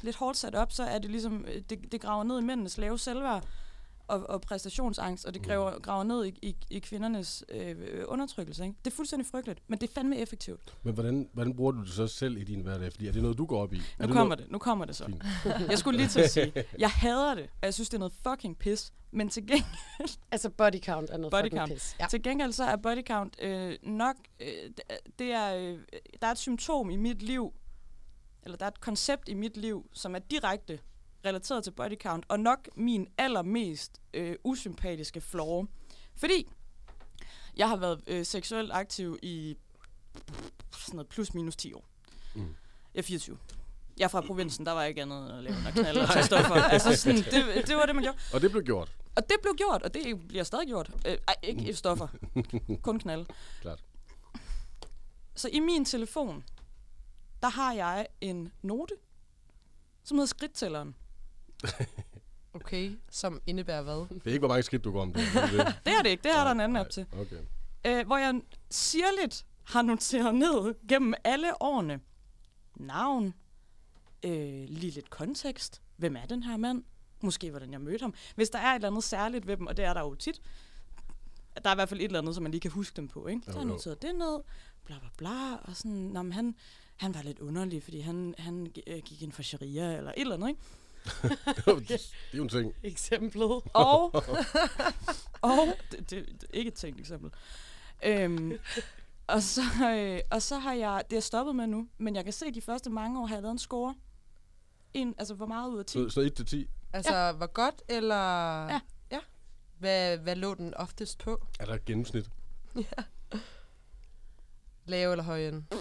lidt hårdt sat op, så er det ligesom, øh, det, det graver ned i mændenes lave selvværd og, og præstationsangst, og det graver, graver ned i, i, i kvindernes øh, undertrykkelse. Ikke? Det er fuldstændig frygteligt, men det er fandme effektivt. Men hvordan, hvordan bruger du det så selv i din hverdag? Fordi er det noget, du går op i? Nu kommer det, nu kommer det så. Fint. Jeg skulle lige til at sige, jeg hader det, og jeg synes, det er noget fucking pis, men til gengæld... Altså body count er noget body fucking count. pis. Ja. Til gengæld så er body count øh, nok... Øh, det er, øh, der er et symptom i mit liv, eller der er et koncept i mit liv, som er direkte relateret til body count, og nok min allermest øh, usympatiske flaw. Fordi jeg har været øh, seksuelt aktiv i sådan noget plus minus ti år. Mm. Jeg er fireogtyve. Jeg er fra provinsen, der var ikke andet at lave end at knalde og tage stoffer. Altså sådan, det, det var det, man gjorde. Og det blev gjort. Og det blev gjort, og det bliver stadig gjort. Øh, ej, ikke mm. stoffer. Kun knalde. Klart. Så i min telefon, der har jeg en note, som hedder skridttælleren. Okay, som indebærer hvad? Det er ikke, hvor mange skridt, du går om det. Det, det. Det er det ikke, det er der en anden app til. Okay. Øh, hvor jeg sirligt har noteret ned gennem alle årene. Navn, øh, lige lidt kontekst. Hvem er den her mand? Måske hvordan jeg mødte ham. Hvis der er et eller andet særligt ved dem, og det er der jo tit, der er i hvert fald et eller andet, som man lige kan huske dem på. Ikke? Så har jeg noteret det ned, bla bla bla, og sådan, nå, men han, han var lidt underlig, fordi han, han øh, gik ind for sharia, eller et eller andet, ikke? Det er jo en ting. Eksemplet. Og, og det, det, det er ikke et tænkt eksempel. Øhm, og, så, øh, og så har jeg, det er stoppet med nu, men jeg kan se, at de første mange år har jeg lavet en score. En, altså, hvor meget ud af ti? Så, så et til ti? Altså, ja. Hvor godt, eller... Ja. Ja. Hvad, hvad lå den oftest på? Er der et gennemsnit? Ja. Lave eller høje end?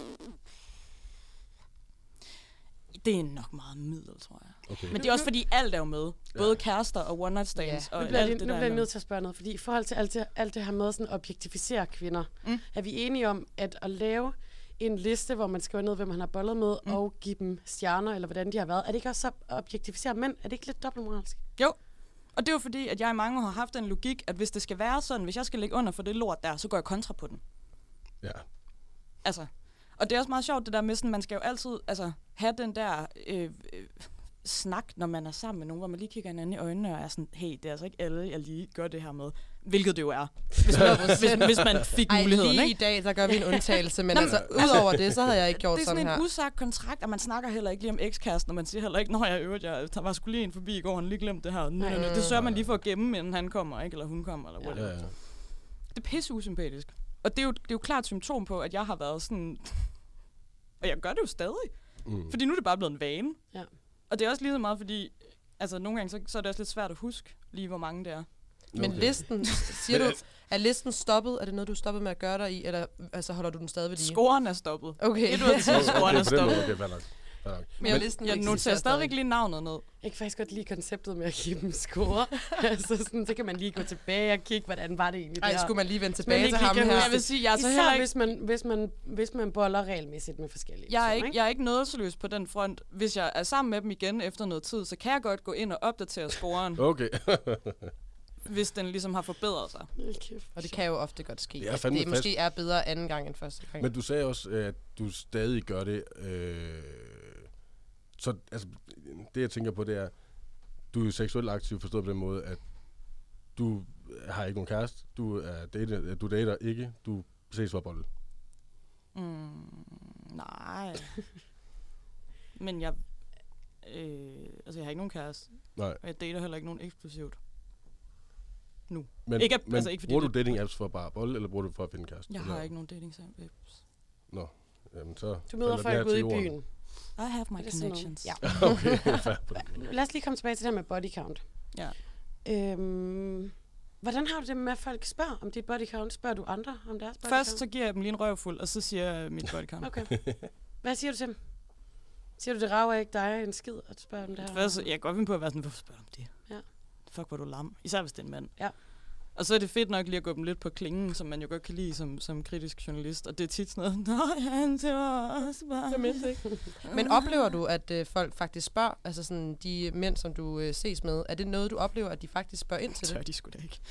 Det er nok meget middel, tror jeg. Okay. Men det er også fordi, alt er jo med. Både ja. kærester og one night stands. Ja. Og Nu bliver, alt jeg, det nu der bliver jeg med. nødt til at spørge noget, fordi i forhold til alt det, alt det her med sådan at objektificere kvinder, Mm. er vi enige om, at at lave en liste, hvor man skriver ned, hvem han har bollet med, Mm. og give dem stjerner, eller hvordan de har været, er det ikke også så at objektificere mænd? Er det ikke lidt dobbeltmoralsk? Jo. Og det er jo fordi, at jeg i mange år har haft en logik, at hvis det skal være sådan, hvis jeg skal ligge under for det lort der, så går jeg kontra på den. Ja. Altså. Og det er også meget sjovt, det der med sådan, man skal jo altid altså, have den der øh, øh, snak, når man er sammen med nogen, hvor man lige kigger hinanden i øjnene og er sådan, hey, det er altså ikke alle, jeg lige gør det her med. Hvilket det jo er, hvis man, hvis, hvis man fik Ej, muligheden, lige ikke? i dag, der gør vi en undtagelse, men altså, udover det, så havde jeg ikke gjort Det er sådan sådan en her. usagt kontrakt, og man snakker heller ikke lige om ekskæresten, og man siger heller ikke, når jeg øvrigt, jeg der var sgu lige en forbi i går, han lige glemt det her. Nø, nø, nø. Det sørger man lige for at gemme, inden han kommer, ikke? Eller hun kommer, eller Ja, whatever. ja. Det er pisse usympatisk. Og det er, jo, det er jo klart symptom på, at jeg har været sådan... Og jeg gør det jo stadig. Mm. Fordi nu er det bare blevet en vane. Ja. Og det er også lige så meget, fordi... Altså, nogle gange, så, så er det også lidt svært at huske, lige hvor mange det er. Men Okay. listen, siger du, er listen stoppet? Er det noget, du er stoppet med at gøre dig i, eller altså, holder du den stadig ved lige? Scoren er stoppet. Okay. Et ud af ti, Okay, scoren er på den måde, stoppet. okay, fair nok. Fair nok. Men, Men- listen Jeg eksisterer noterer stadigvæk lige navnet ned. Jeg kan faktisk godt lide konceptet med at give dem score. altså sådan, så kan man lige gå tilbage og kigge, hvordan var det egentlig Ej, der. skulle man lige vende man tilbage ikke til ham lige kan her? huske Jeg vil sige, jeg er så Især heller ikke... hvis man, hvis, man, hvis man boller regelmæssigt med forskellige. Jeg er personer, ikke, jeg er ikke nådesløs på den front. Hvis jeg er sammen med dem igen efter noget tid, så kan jeg godt gå ind og opdatere scoren, Okay. hvis den ligesom har forbedret sig. Hold kæft. Og det kan jo ofte godt ske. Det er at fandme det fast. måske er bedre anden gang end første gang. Men du sagde også, at du stadig gør det. Øh, så altså, det jeg tænker på, det er, du er seksuelt aktiv forstået på den måde, at du har ikke nogen kæreste, du er dater, du dater ikke, du ses for bolle. Mm, nej. Men jeg... Øh, altså, jeg har ikke nogen kæreste. Nej. Og jeg dater heller ikke nogen eksklusivt. Men, Ikke at- men altså ikke fordi bruger det- du dating apps for bare bolle, eller bruger du for at finde kæreste? Jeg Eller- har ikke nogen dating apps. Nå, jamen så... Du møder falder folk den ude her i til jorden. byen. I have my Er det sådan noget? connections. Ja. Okay, fair på den måde. Lad os lige komme tilbage til det her med body count. Ja. Øhm, hvordan har du det med, at folk spørger om dit body count? Spørger du andre om deres body Først count? så giver jeg dem lige en røvfuld, og så siger jeg mit body count. Okay. Hvad siger du til dem? Siger du, det rager ikke dig en skid at spørge om det her? Først, jeg kan godt finde på at være sådan, hvorfor spørger du om det? Ja. Fuck, hvor er du lam. Især hvis det er en mand. Ja. Og så er det fedt nok lige at gå dem lidt på klingen, som man jo godt kan lide som, som kritisk journalist. Og det er tit sådan noget, nå ja, det var også bare... Men oplever du, at øh, folk faktisk spørger, altså sådan de mænd, som du øh, ses med, er det noget, du oplever, at de faktisk spørger ind til Tør det? de sgu da ikke.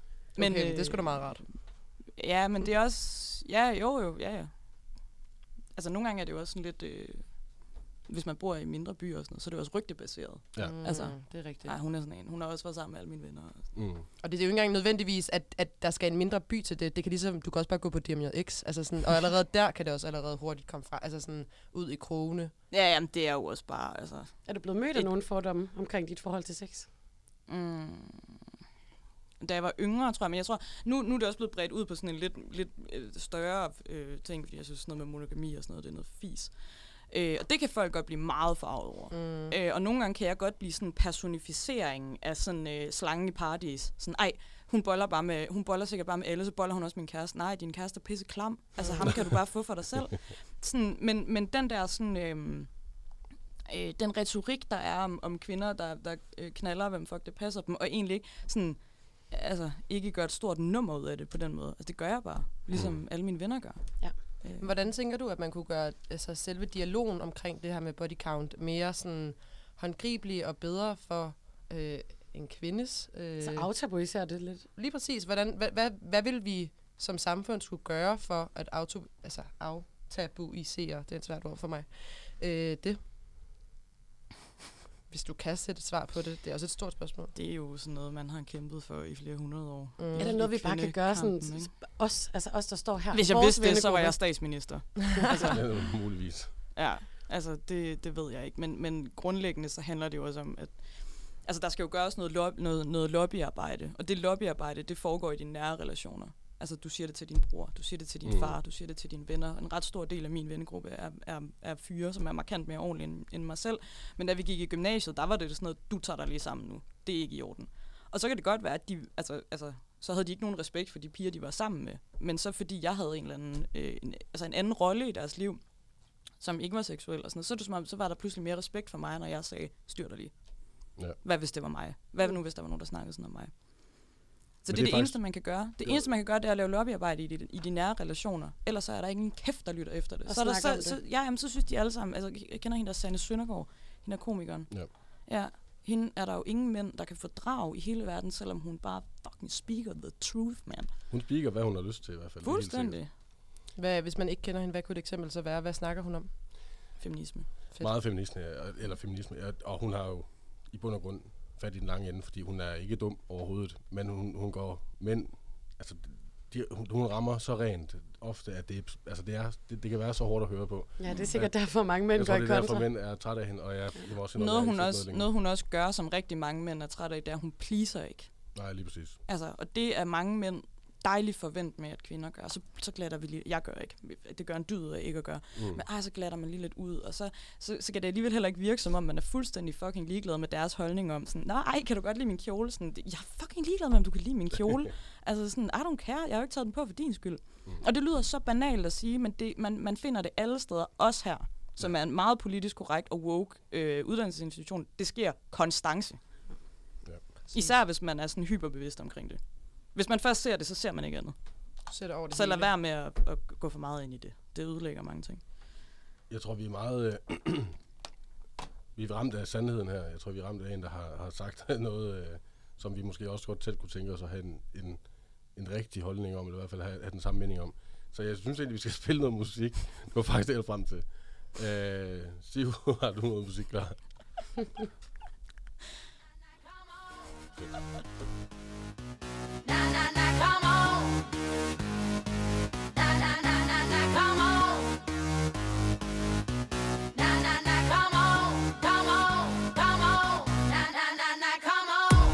Men okay, øh, det er sgu da meget rart. Ja, men det er også... Ja, jo jo, ja ja. altså nogle gange er det jo også sådan lidt, øh, hvis man bor i mindre byer og sådan noget, så er det også rygtebaseret. Ja. Mm, Altså, det er rigtigt. Nej, hun er sådan en. Hun har også været sammen med alle mine venner. Mm. Og det er jo ikke engang nødvendigvis, at, at der skal en mindre by til det. Det kan ligesom, du kan også bare gå på D M J X. Altså sådan, og allerede der kan det også allerede hurtigt komme fra. Altså sådan ud i krogene. Ja, jamen, det er jo også bare, altså... Er du blevet mødt af nogle fordomme omkring dit forhold til sex? Mm, da jeg var yngre, tror jeg, men jeg tror, nu, nu er det også blevet bredt ud på sådan en lidt, lidt øh, større øh, ting, fordi jeg synes, sådan noget med monogami og sådan noget, det er noget fis. Øh, og det kan folk godt blive meget forarvet over. Mm. Øh, og nogle gange kan jeg godt blive sådan en personificering af sådan øh, slangen i paradis. Sådan, ej, hun boller, bare med, hun boller sikkert bare med alle, så boller hun også min kæreste. Nej, din kæreste er pisse klam. Altså, ham kan du bare få for dig selv. Sådan, men, men den der sådan... Øh, øh, den retorik, der er om, om kvinder, der, der øh, knaller, hvem fuck det passer dem, og egentlig ikke sådan... Altså, ikke gør et stort nummer ud af det på den måde. Altså, det gør jeg bare, ligesom mm. alle mine venner gør. Ja. Øh. Hvordan tænker du, at man kunne gøre altså, selve dialogen omkring det her med body count mere sådan håndgribelig og bedre for øh, en kvindes... Øh, så aftabuiserer det lidt. Lige præcis. Hvordan, hvad, hvad, hvad vil vi som samfund skulle gøre for at auto, altså, aftabuisere, det er et svært ord for mig, øh, det? Hvis du kan sætte et svar på det. Det er også et stort spørgsmål. Det er jo sådan noget, man har kæmpet for i flere hundrede år. Mm. Er der noget, vi bare kan gøre sådan, os, altså os, der står her? Hvis jeg vidste det, så var jeg statsminister. altså. Ja, muligvis. Ja, altså det, det ved jeg ikke. Men, men grundlæggende så handler det jo også om, at altså, der skal jo gøres noget, lob, noget, noget lobbyarbejde. Og det lobbyarbejde, det foregår i dine nære relationer. Altså, du siger det til din bror, du siger det til din mm. far, du siger det til dine venner. En ret stor del af min vennegruppe er, er, er fyre, som er markant mere ordentlige end, end mig selv. Men da vi gik i gymnasiet, der var det sådan noget, du tager dig lige sammen nu. Det er ikke i orden. Og så kan det godt være, at de, altså, altså, så havde de ikke nogen respekt for de piger, de var sammen med. Men så fordi jeg havde en eller anden, øh, en, altså en anden rolle i deres liv, som ikke var seksuel og sådan noget, så, det som om, så var der pludselig mere respekt for mig, når jeg sagde, styr dig lige. Ja. Hvad hvis det var mig? Hvad nu, hvis der var nogen, der snakkede sådan om mig? Så det, det er det eneste, man kan gøre. Det eneste, man kan gøre, det er at lave lobbyarbejde i de, i de nære relationer. Ellers så er der ikke en kæft, der lytter efter det. Og så, er der, så, det. så, ja, jamen, så synes de alle sammen... Altså, jeg kender hende, der Sanne Søndergaard. Hende er komikeren. Ja. Ja, hende er der jo ingen mænd, der kan fordrage i hele verden, selvom hun bare fucking speaker the truth, man. Hun speaker, hvad hun har lyst til i hvert fald. Fuldstændig. Hvad, hvis man ikke kender hende, hvad kunne et eksempel så være? Hvad snakker hun om? Feminisme. Fedt. Meget feminisme, eller feminisme. Og hun har jo i bund og grund fat i den lange ende, fordi hun er ikke dum overhovedet, men hun, hun går mænd, altså de, hun, hun rammer så rent ofte, at det, altså det, er, det, det kan være så hårdt at høre på. Ja, det er sikkert derfor mange mænd går i kontra. Jeg tror, det er derfor mænd er trætte af hende, og jeg, jeg må også noget, noget, hun også, noget hun også gør, som rigtig mange mænd er trætte af, det er, hun pleaser ikke. Nej, lige præcis. Altså, og det er mange mænd dejligt forvent med, at kvinder gør. Så, så glatter vi lige. Jeg gør ikke. Det gør en dyd af ikke at gøre. Mm. Men ej, så glatter man lige lidt ud. Og så, så, så kan det alligevel heller ikke virke, som om man er fuldstændig fucking ligeglad med deres holdning om sådan, nej, ej, kan du godt lide min kjole? Sådan, jeg er fucking ligeglad med, om du kan lide min kjole. Altså sådan, I don't care. Jeg har jo ikke taget den på for din skyld. Mm. Og det lyder så banalt at sige, men det, man, man finder det alle steder. Også her, som er en meget politisk korrekt og woke øh, uddannelsesinstitution. Det sker konstance. Ja. Især hvis man er sådan hyperbevidst omkring det. Hvis man først ser det, så ser man ikke andet. Så, over det så lad være med at, at gå for meget ind i det. Det ødelægger mange ting. Jeg tror, vi er meget... Øh, vi er ramt af sandheden her. Jeg tror, vi er ramt af en, der har, har sagt noget, øh, som vi måske også godt selv kunne tænke os at have en, en, en rigtig holdning om, eller i hvert fald have, have den samme mening om. Så jeg synes egentlig, vi skal spille noget musik. Det var faktisk det, jeg frem til. Øh, Siv, har du noget musik klar? Na na na, come on. Na na na na na, come on. Na na na, come on, come on, come on. Na na na na, come on.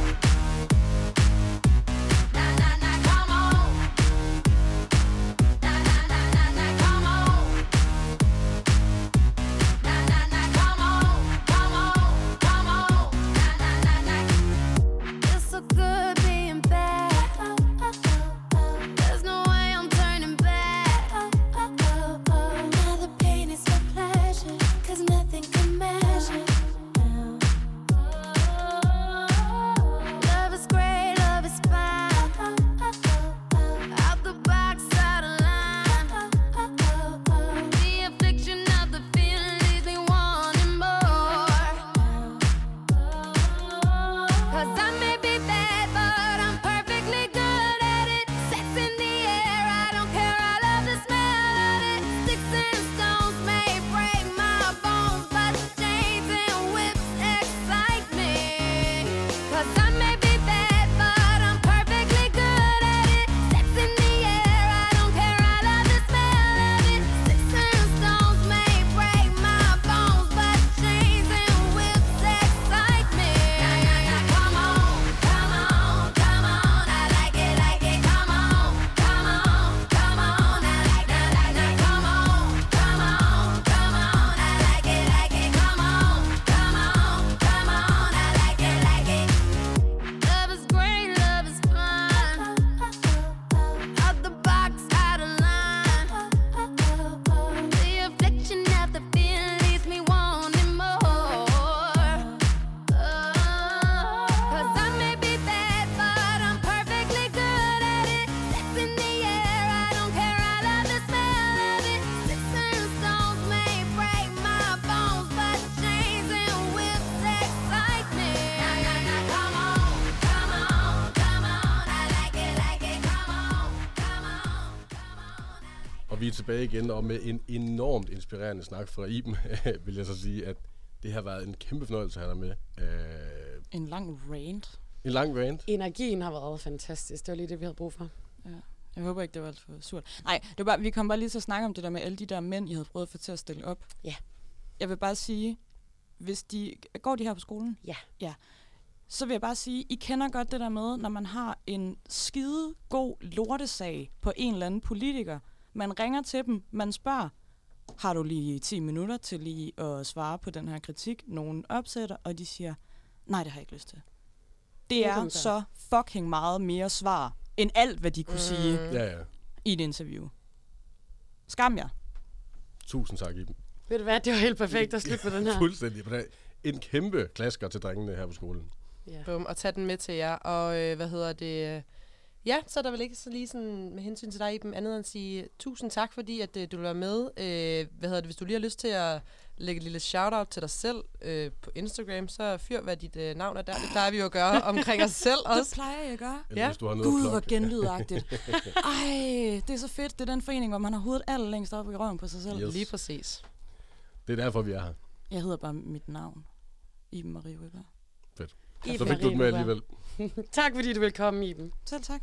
Na na na, come on. Na na na na na, come on. Na na na, come on, come on, come on. Na na na na. It's so good being bad. There's no way I'm turning back. Now the pain is for pleasure, 'cause nothing can measure. Love is great, love is fine. Out the box, out of line. The affliction of the feeling leaves me wanting more. 'Cause I may be bad, but I'm perfectly good at it. Sex in the air, I don't care, I love the smell of it. Sticks and stones Og vi er tilbage igen, og med en enormt inspirerende snak fra Iben, vil jeg så sige, at det har været en kæmpe fornøjelse at have dig med. Øh, En lang rant. en lang rant. Energien har været fantastisk. Det var lige det, vi havde brug for. Ja. Jeg håber ikke, det var alt for surt. Nej, det var bare, vi kom bare lige til at snakke om det der med alle de der mænd, I havde prøvet at få til at stille op. Ja. Jeg vil bare sige, hvis de... Går de her på skolen? Ja. Ja. Så vil jeg bare sige, I kender godt det der med, når man har en skide god lortesag på en eller anden politiker. Man ringer til dem, man spørger, har du lige ti minutter til lige at svare på den her kritik? Nogen opsætter, og de siger, nej, det har jeg ikke lyst til. Det er så fucking meget mere svar, end alt, hvad de kunne mm. sige Ja, ja. i et interview. Skam jer. Tusind tak, Iben. Ved du hvad, det var helt perfekt at slutte på den her. Fuldstændig. En kæmpe klasker til drengene her på skolen. Ja. Bum, og tage den med til jer. Og øh, hvad hedder det? øh, Ja, så er der vel ikke så lige sådan med hensyn til dig, Iben, andet end at sige tusind tak, fordi at øh, du vil være med. Øh, hvad hedder det? Hvis du lige har lyst til at lægge et lille shout-out til dig selv øh, på Instagram, så fyr, hvad dit øh, navn er der. Det plejer vi jo at gøre omkring os selv også. Det plejer jeg at gøre. Eller Ja. hvis du har noget Gud, at hvor plukke. genlydagtigt. Ej, det er så fedt. Det er den forening, hvor man har hovedet aller længst op i røven på sig selv. Yes. Lige præcis. Det er derfor, vi er her. Jeg hedder bare mit navn. Iben Marie Rytter. Fedt. Iben Så fik du den med Marie alligevel. Tak fordi du vil komme, Iben. Selv tak.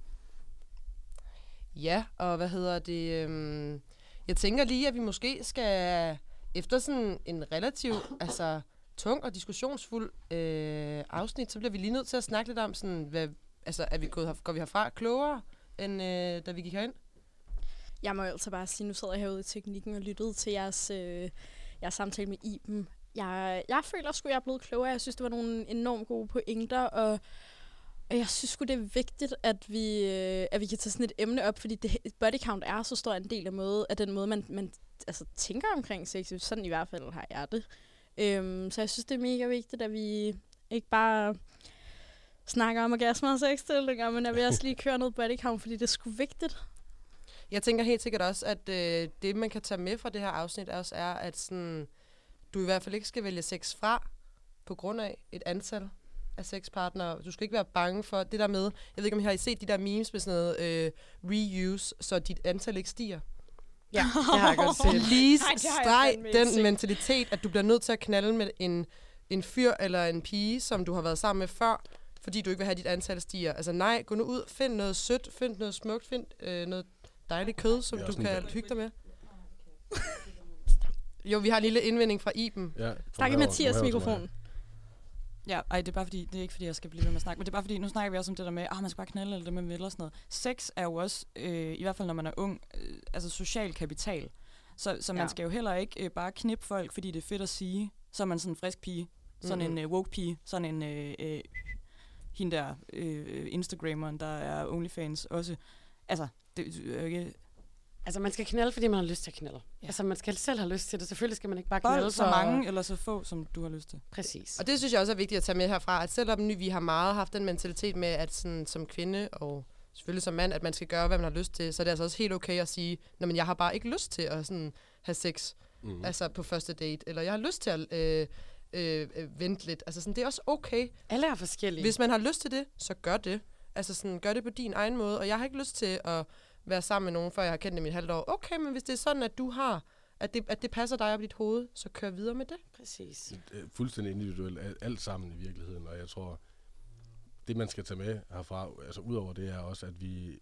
Ja, og hvad hedder det? Øhm, jeg tænker lige, at vi måske skal, efter sådan en relativt altså, tung og diskussionsfuld øh, afsnit, så bliver vi lige nødt til at snakke lidt om, sådan, hvad, altså, er vi gået her, går vi herfra klogere, end øh, da vi gik herind? Jeg må jo altså bare sige, nu sidder jeg herude i teknikken og lyttede til jeres, øh, jeres samtale med Iben. Jeg, jeg føler sgu, jeg er blevet klogere. Jeg synes, det var nogle enormt gode pointer, og og jeg synes sgu, det er vigtigt, at vi, øh, at vi kan tage sådan et emne op, fordi det, body count er så stor en del af, måde, af den måde, man, man altså, tænker omkring sex. Sådan i hvert fald har jeg det. Øhm, så jeg synes, det er mega vigtigt, at vi ikke bare snakker om orgasmer og sexstillinger, men at vi også lige kører noget body count, fordi det er sgu vigtigt. Jeg tænker helt sikkert også, at øh, det, man kan tage med fra det her afsnit, også er, at sådan, du i hvert fald ikke skal vælge sex fra på grund af et antal af sexpartnere. Du skal ikke være bange for det der med, jeg ved ikke, om I har I set de der memes med sådan noget øh, reuse, så dit antal ikke stiger. Ja, det har jeg godt set. Lige Nej, det har jeg streg fandme ikke den set. mentalitet, at du bliver nødt til at knalde med en, en fyr eller en pige, som du har været sammen med før, fordi du ikke vil have dit antal stiger. Altså nej, gå nu ud, find noget sødt, find noget smukt, find øh, noget dejligt kød, som Det er du også en kan bag- hygge dig med. Jo, vi har en lille indvending fra Iben. Ja, Snak i Mathias' mikrofon. Ja, ej, det er bare fordi, det er ikke fordi, jeg skal blive ved med at snakke, men det er bare fordi, nu snakker vi også om det der med, ah, man skal bare knalde, eller det man vil, og sådan noget. Sex er jo også, øh, i hvert fald når man er ung, øh, altså social kapital. Så, så man Ja. skal jo heller ikke øh, bare knippe folk, fordi det er fedt at sige, så er man sådan en frisk pige, sådan Mhm. en øh, woke pige, sådan en, øh, øh, hende der, øh, Instagrammeren, der er OnlyFans også. Altså, det er jo ikke... Altså, man skal knalde, fordi man har lyst til at knalde. Ja. Altså, man skal selv have lyst til det. Selvfølgelig skal man ikke bare Bold knalde så for- mange, eller så få, som du har lyst til. Præcis. Og det synes jeg også er vigtigt at tage med herfra, at selvom nu vi har meget haft den mentalitet med, at sådan, som kvinde og selvfølgelig som mand, at man skal gøre, hvad man har lyst til, så er det altså også helt okay at sige, nå, men jeg har bare ikke lyst til at sådan, have sex Mm. altså på første date, eller jeg har lyst til at øh, øh, øh, vente lidt. Altså sådan, det er også okay. Alle er forskellige. Hvis man har lyst til det, så gør det. Altså sådan, gør det på din egen måde, og jeg har ikke lyst til at være sammen med nogen, før jeg har kendt dem i et halvt år. Okay, men hvis det er sådan, at du har, at det, at det passer dig op i dit hoved, så kør videre med det. Præcis. Det er fuldstændig individuelt, al- alt sammen i virkeligheden, og jeg tror, det man skal tage med herfra, altså udover det er også, at vi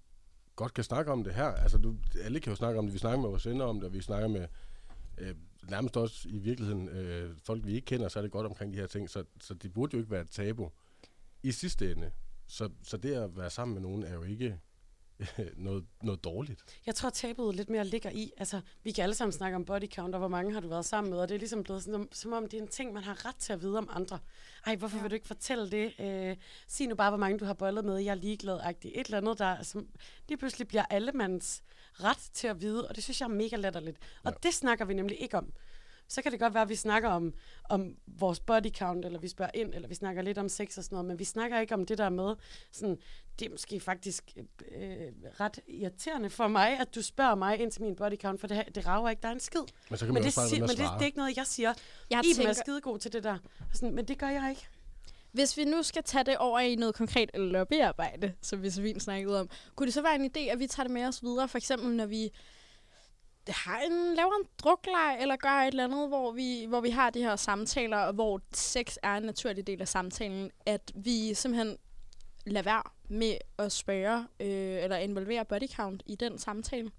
godt kan snakke om det her. Altså du, alle kan jo snakke om det, vi snakker med vores venner om det, og vi snakker med øh, nærmest også i virkeligheden øh, folk, vi ikke kender, så er det godt omkring de her ting, så, så det burde jo ikke være et tabu i sidste ende. Så, så det at være sammen med nogen er jo ikke noget, noget dårligt. Jeg tror, tabuet lidt mere ligger i, altså, vi kan alle sammen snakke om body count, og hvor mange har du været sammen med, og det er ligesom blevet sådan, som om det er en ting, man har ret til at vide om andre. Ej, hvorfor ja. vil du ikke fortælle det? Øh, sig nu bare, hvor mange du har bollet med, jeg er ligeglad-agtigt. Et eller andet, der som lige pludselig bliver allemands ret til at vide, og det synes jeg er mega latterligt. Og Ja. det snakker vi nemlig ikke om. Så kan det godt være, at vi snakker om, om vores body count, eller vi spørger ind, eller vi snakker lidt om sex og sådan noget, men vi snakker ikke om det der med, sådan, det er måske faktisk øh, ret irriterende for mig, at du spørger mig ind til min body count, for det, det rager ikke, der er en skid. Men så kan Men, man det, også bare si- være med men at det, svare. det er ikke noget, jeg siger. Jeg Iben tænker, er skidegod til det der. Sådan, men det gør jeg ikke. hvis vi nu skal tage det over i noget konkret lobbyarbejde, som vi så fint snakkede om, kunne det så være en idé, at vi tager det med os videre? For eksempel, når vi har en, laver en drukleg, eller gør et eller andet, hvor vi, hvor vi har de her samtaler, og hvor sex er en naturlig del af samtalen, at vi simpelthen lader være med at spørge, øh, eller involvere body count i den samtale,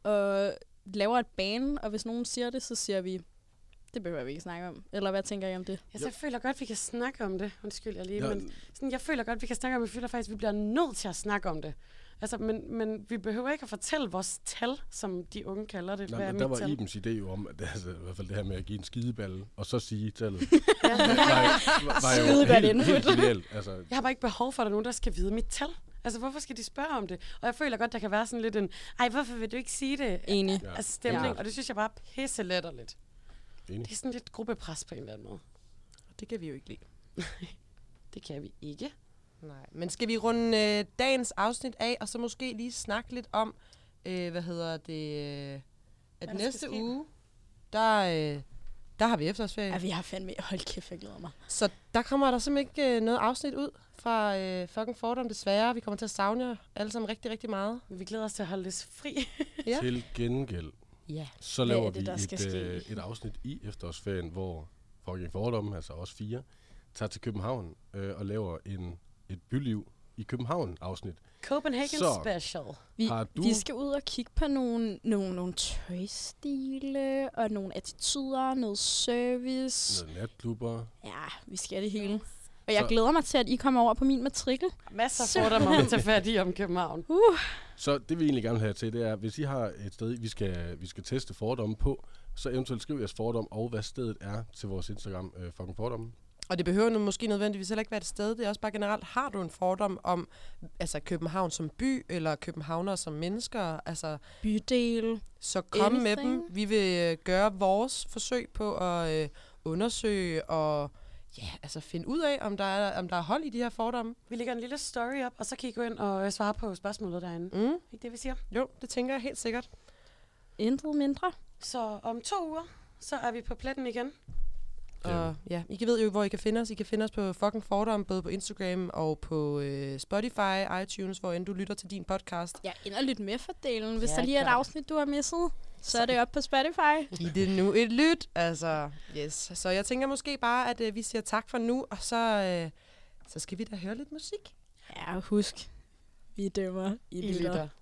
og laver et ban, og hvis nogen siger det, så siger vi, det behøver vi ikke snakke om. Eller hvad tænker I om det? Altså, jeg føler godt, vi kan snakke om det. Undskyld, jeg lige, Ja. men sådan, jeg føler godt, vi kan snakke om det. Jeg føler faktisk, vi bliver nødt til at snakke om det. Altså, men, men vi behøver ikke at fortælle vores tal, som de unge kalder det. Nej, Hvad er men der mit var tal? Ibens idé jo om, at det, altså, i hvert fald det her med at give en skideballe, og så sige tallet. Ja. var, var, var jo Skideball helt, input. helt genialt. Altså, Jeg har bare ikke behov for, at der er nogen, der skal vide mit tal. Altså, hvorfor skal de spørge om det? Og jeg føler godt, der kan være sådan lidt en, ej, hvorfor vil du ikke sige det? Enig. Ja. Altså, stemning. Ja. Og det synes jeg bare er pisse letterligt. enig. Det er sådan lidt gruppepres på en eller anden måde. Det kan vi jo ikke lide. Det kan vi ikke. Nej. Men skal vi runde øh, dagens afsnit af, og så måske lige snakke lidt om, øh, hvad hedder det, øh, at der næste skal ske? uge, der, øh, der har vi efterårsferie. Ja, vi har fandme... Hold kæft, jeg glæder mig. Så der kommer der simpelthen ikke øh, noget afsnit ud fra øh, fucking Fordom, desværre. Vi kommer til at savne jer alle sammen rigtig, rigtig meget. Men vi glæder os til at holde det fri. Ja. Til gengæld, Ja. så Hvad er laver det, vi der skal et, ske? øh, et afsnit i efterårsferien, hvor fucking Fordom, altså os fire, tager til København øh, og laver en, et byliv i København-afsnit. Copenhagen Så. Special. Vi, Har du- vi skal ud og kigge på nogle, nogle, nogle tøjstile, og nogle attituder, noget service. Noget natklubber. Ja, vi skal det hele. Og jeg Så- glæder mig til, at I kommer over på min matrikel. Masser Så- af fordomme om at tage fat i om København. Uh. Så det vi egentlig gerne vil have til, det er, hvis I har et sted, vi skal, vi skal teste fordomme på, så eventuelt skriv jeres fordom og hvad stedet er til vores Instagram, øh, fucking fordomme. Og det behøver nu måske nødvendigvis heller ikke være et sted. Det er også bare generelt, har du en fordom om altså København som by, eller københavnere som mennesker? Altså, Bydel. så kom med Anything. dem. Vi vil øh, gøre vores forsøg på at øh, undersøge og ja, altså finde ud af, om der, er, om der er hold i de her fordomme. Vi lægger en lille story op, og så kan I gå ind og øh, svare på spørgsmålet derinde. Mm. Ikke det, vi siger? Jo, det tænker jeg helt sikkert. Intet mindre. Så om to uger, så er vi på pletten igen. Og ja, I kan ved jo, hvor I kan finde os. I kan finde os på fucking Fordom, både på Instagram og på øh, Spotify, iTunes, hvor end du lytter til din podcast. Ja, ind og lyt med for delen. Hvis Ja, der lige er et gør det. afsnit, du har misset, så er det op på Spotify. Giv det nu et lyt. Altså, yes. Så jeg tænker måske bare, at øh, vi siger tak for nu, og så, øh, så skal vi da høre lidt musik. Ja, husk. Vi dømmer. I, I lytter. lytter.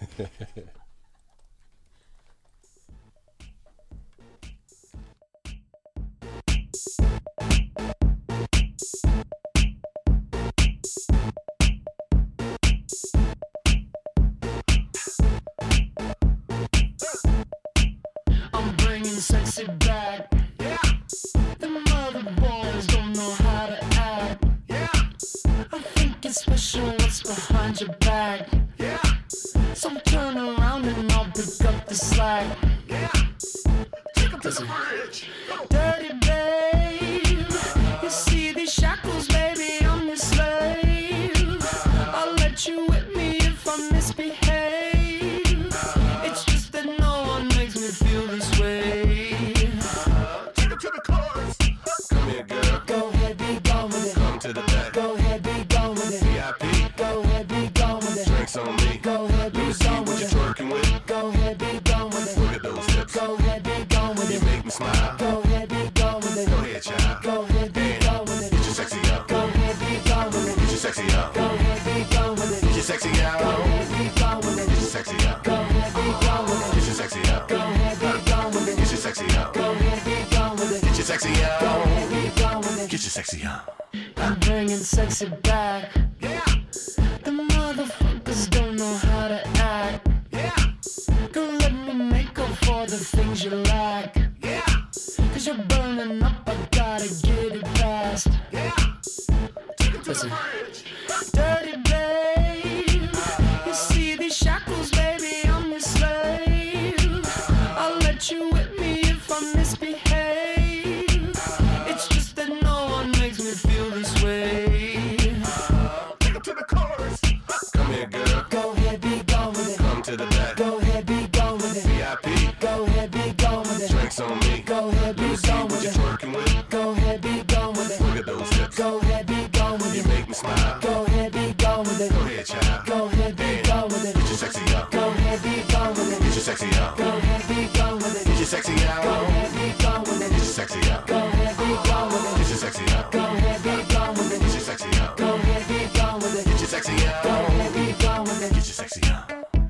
I'm bringing sexy back. Yeah. The mother boys don't know how to act. Yeah. I think it's special what's behind your back. Yeah. So turn around and I'll pick up the slack. Yeah. Take up to the bridge. Dirty babe. You see these shackles, baby, I'm your slave. I'll let you whip me if I misbehave. It's just that no one makes me feel this way. Take it to the chorus. Come here, girl. Go ahead, be gone with it. Come to the back. Go ahead, be gone with it. V I P. Go ahead, be gone with it. Drinks on me. Go ahead, be gone with it. Twerking with. Go ahead, be gone with it. Look at those hips. Go ahead, be gone with it. You make me smile. Go ahead, be gone with it. Go ahead, child. Go ahead, be gone with it. Get your sexy up. Go ahead, be gone with it. Get your sexy up. Go ahead, be gone with it. Get your sexy up. Go ahead, be gone with it. Get your sexy up. Go ahead, be gone with it. Get your sexy up. Go ahead, be gone with it. Get your sexy up. Go ahead, be gone with it. Get your sexy up. Go ahead, be gone with it. Get your sexy up. I'm bringing sexy back. Yeah. The motherfuckers don't know how to act. Yeah. Go let me make up for the things you lack. Yeah. Cause you're burning up, I gotta get it fast. Yeah. Take it to Listen. the bridge. Dirty babe. You see these shackles, baby, I'm your slave. I'll let you whip me if I misbehave. It's just that no one makes me feel this way. Take it to the chorus. Come here, girl. Go ahead, be gone with it. Come to the back. Go ahead, be gone with it. V I P. Go ahead, be gone with it. Drinks on me. Go ahead, be gone with it. Twerking with. Go ahead, be gone with it. Look at those hips. Go ahead, be gone with it. You make me smile. Go ahead, be gone with it. Go ahead, child. Go ahead, be gone with it. Get your sexy up. Go ahead, be gone with it. Get your sexy up. Go ahead, be gone sexy out. Go ahead, be gone with it. Get your sexy out. Go ahead, be gone with it. Get your sexy out. Go ahead, be gone with it. Get your sexy out. Go ahead, be gone with it. Get your sexy out. Go ahead, be gone with it. Get your sexy out.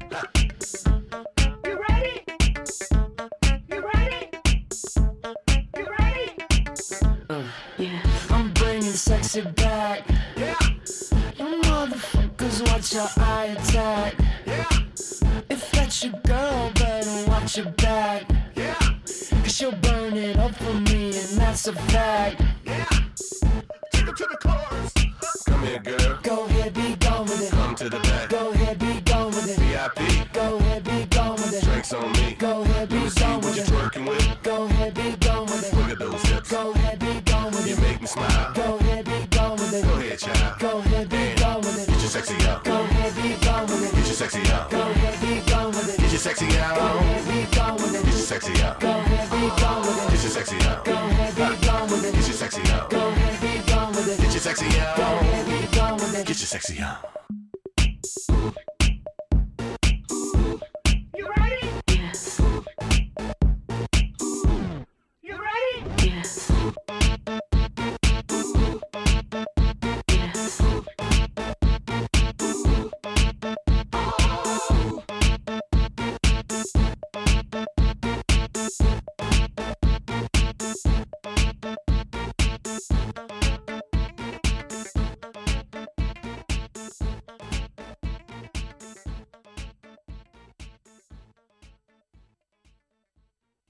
You ready? You ready? You ready? Uh, yeah, I'm bringing sexy back. Yeah. You motherfuckers watch your eye attack. Yeah. If that's your girl, better watch your back. Yeah. Cause she'll burn it up for me, and that's a fact. Yeah. Take her to the chorus. Come here, girl. Go ahead, be gone with it. Come to the back. Go ahead, be gone with it. V I P. Go ahead, be gone with it. Drinks on me. Go ahead, be gone with it. What you twerking with? Go ahead, be gone with it. Look at those hips. Go ahead, be gone with it. You make me smile. Go ahead, be gone with it. Go ahead, child. Go ahead, be gone with it. Get your sexy out. Go ahead, be gone with it. Get your sexy out. Go ahead, be gone with it. Get your sexy out. Go ahead, be gone with it. Get your sexy out. Go ahead, be gone with it. Get your sexy out. Go ahead, be gone with it. Get your sexy out. Go ahead, be gone with it. Get your sexy out. Go ahead, be gone with it. Get your sexy out.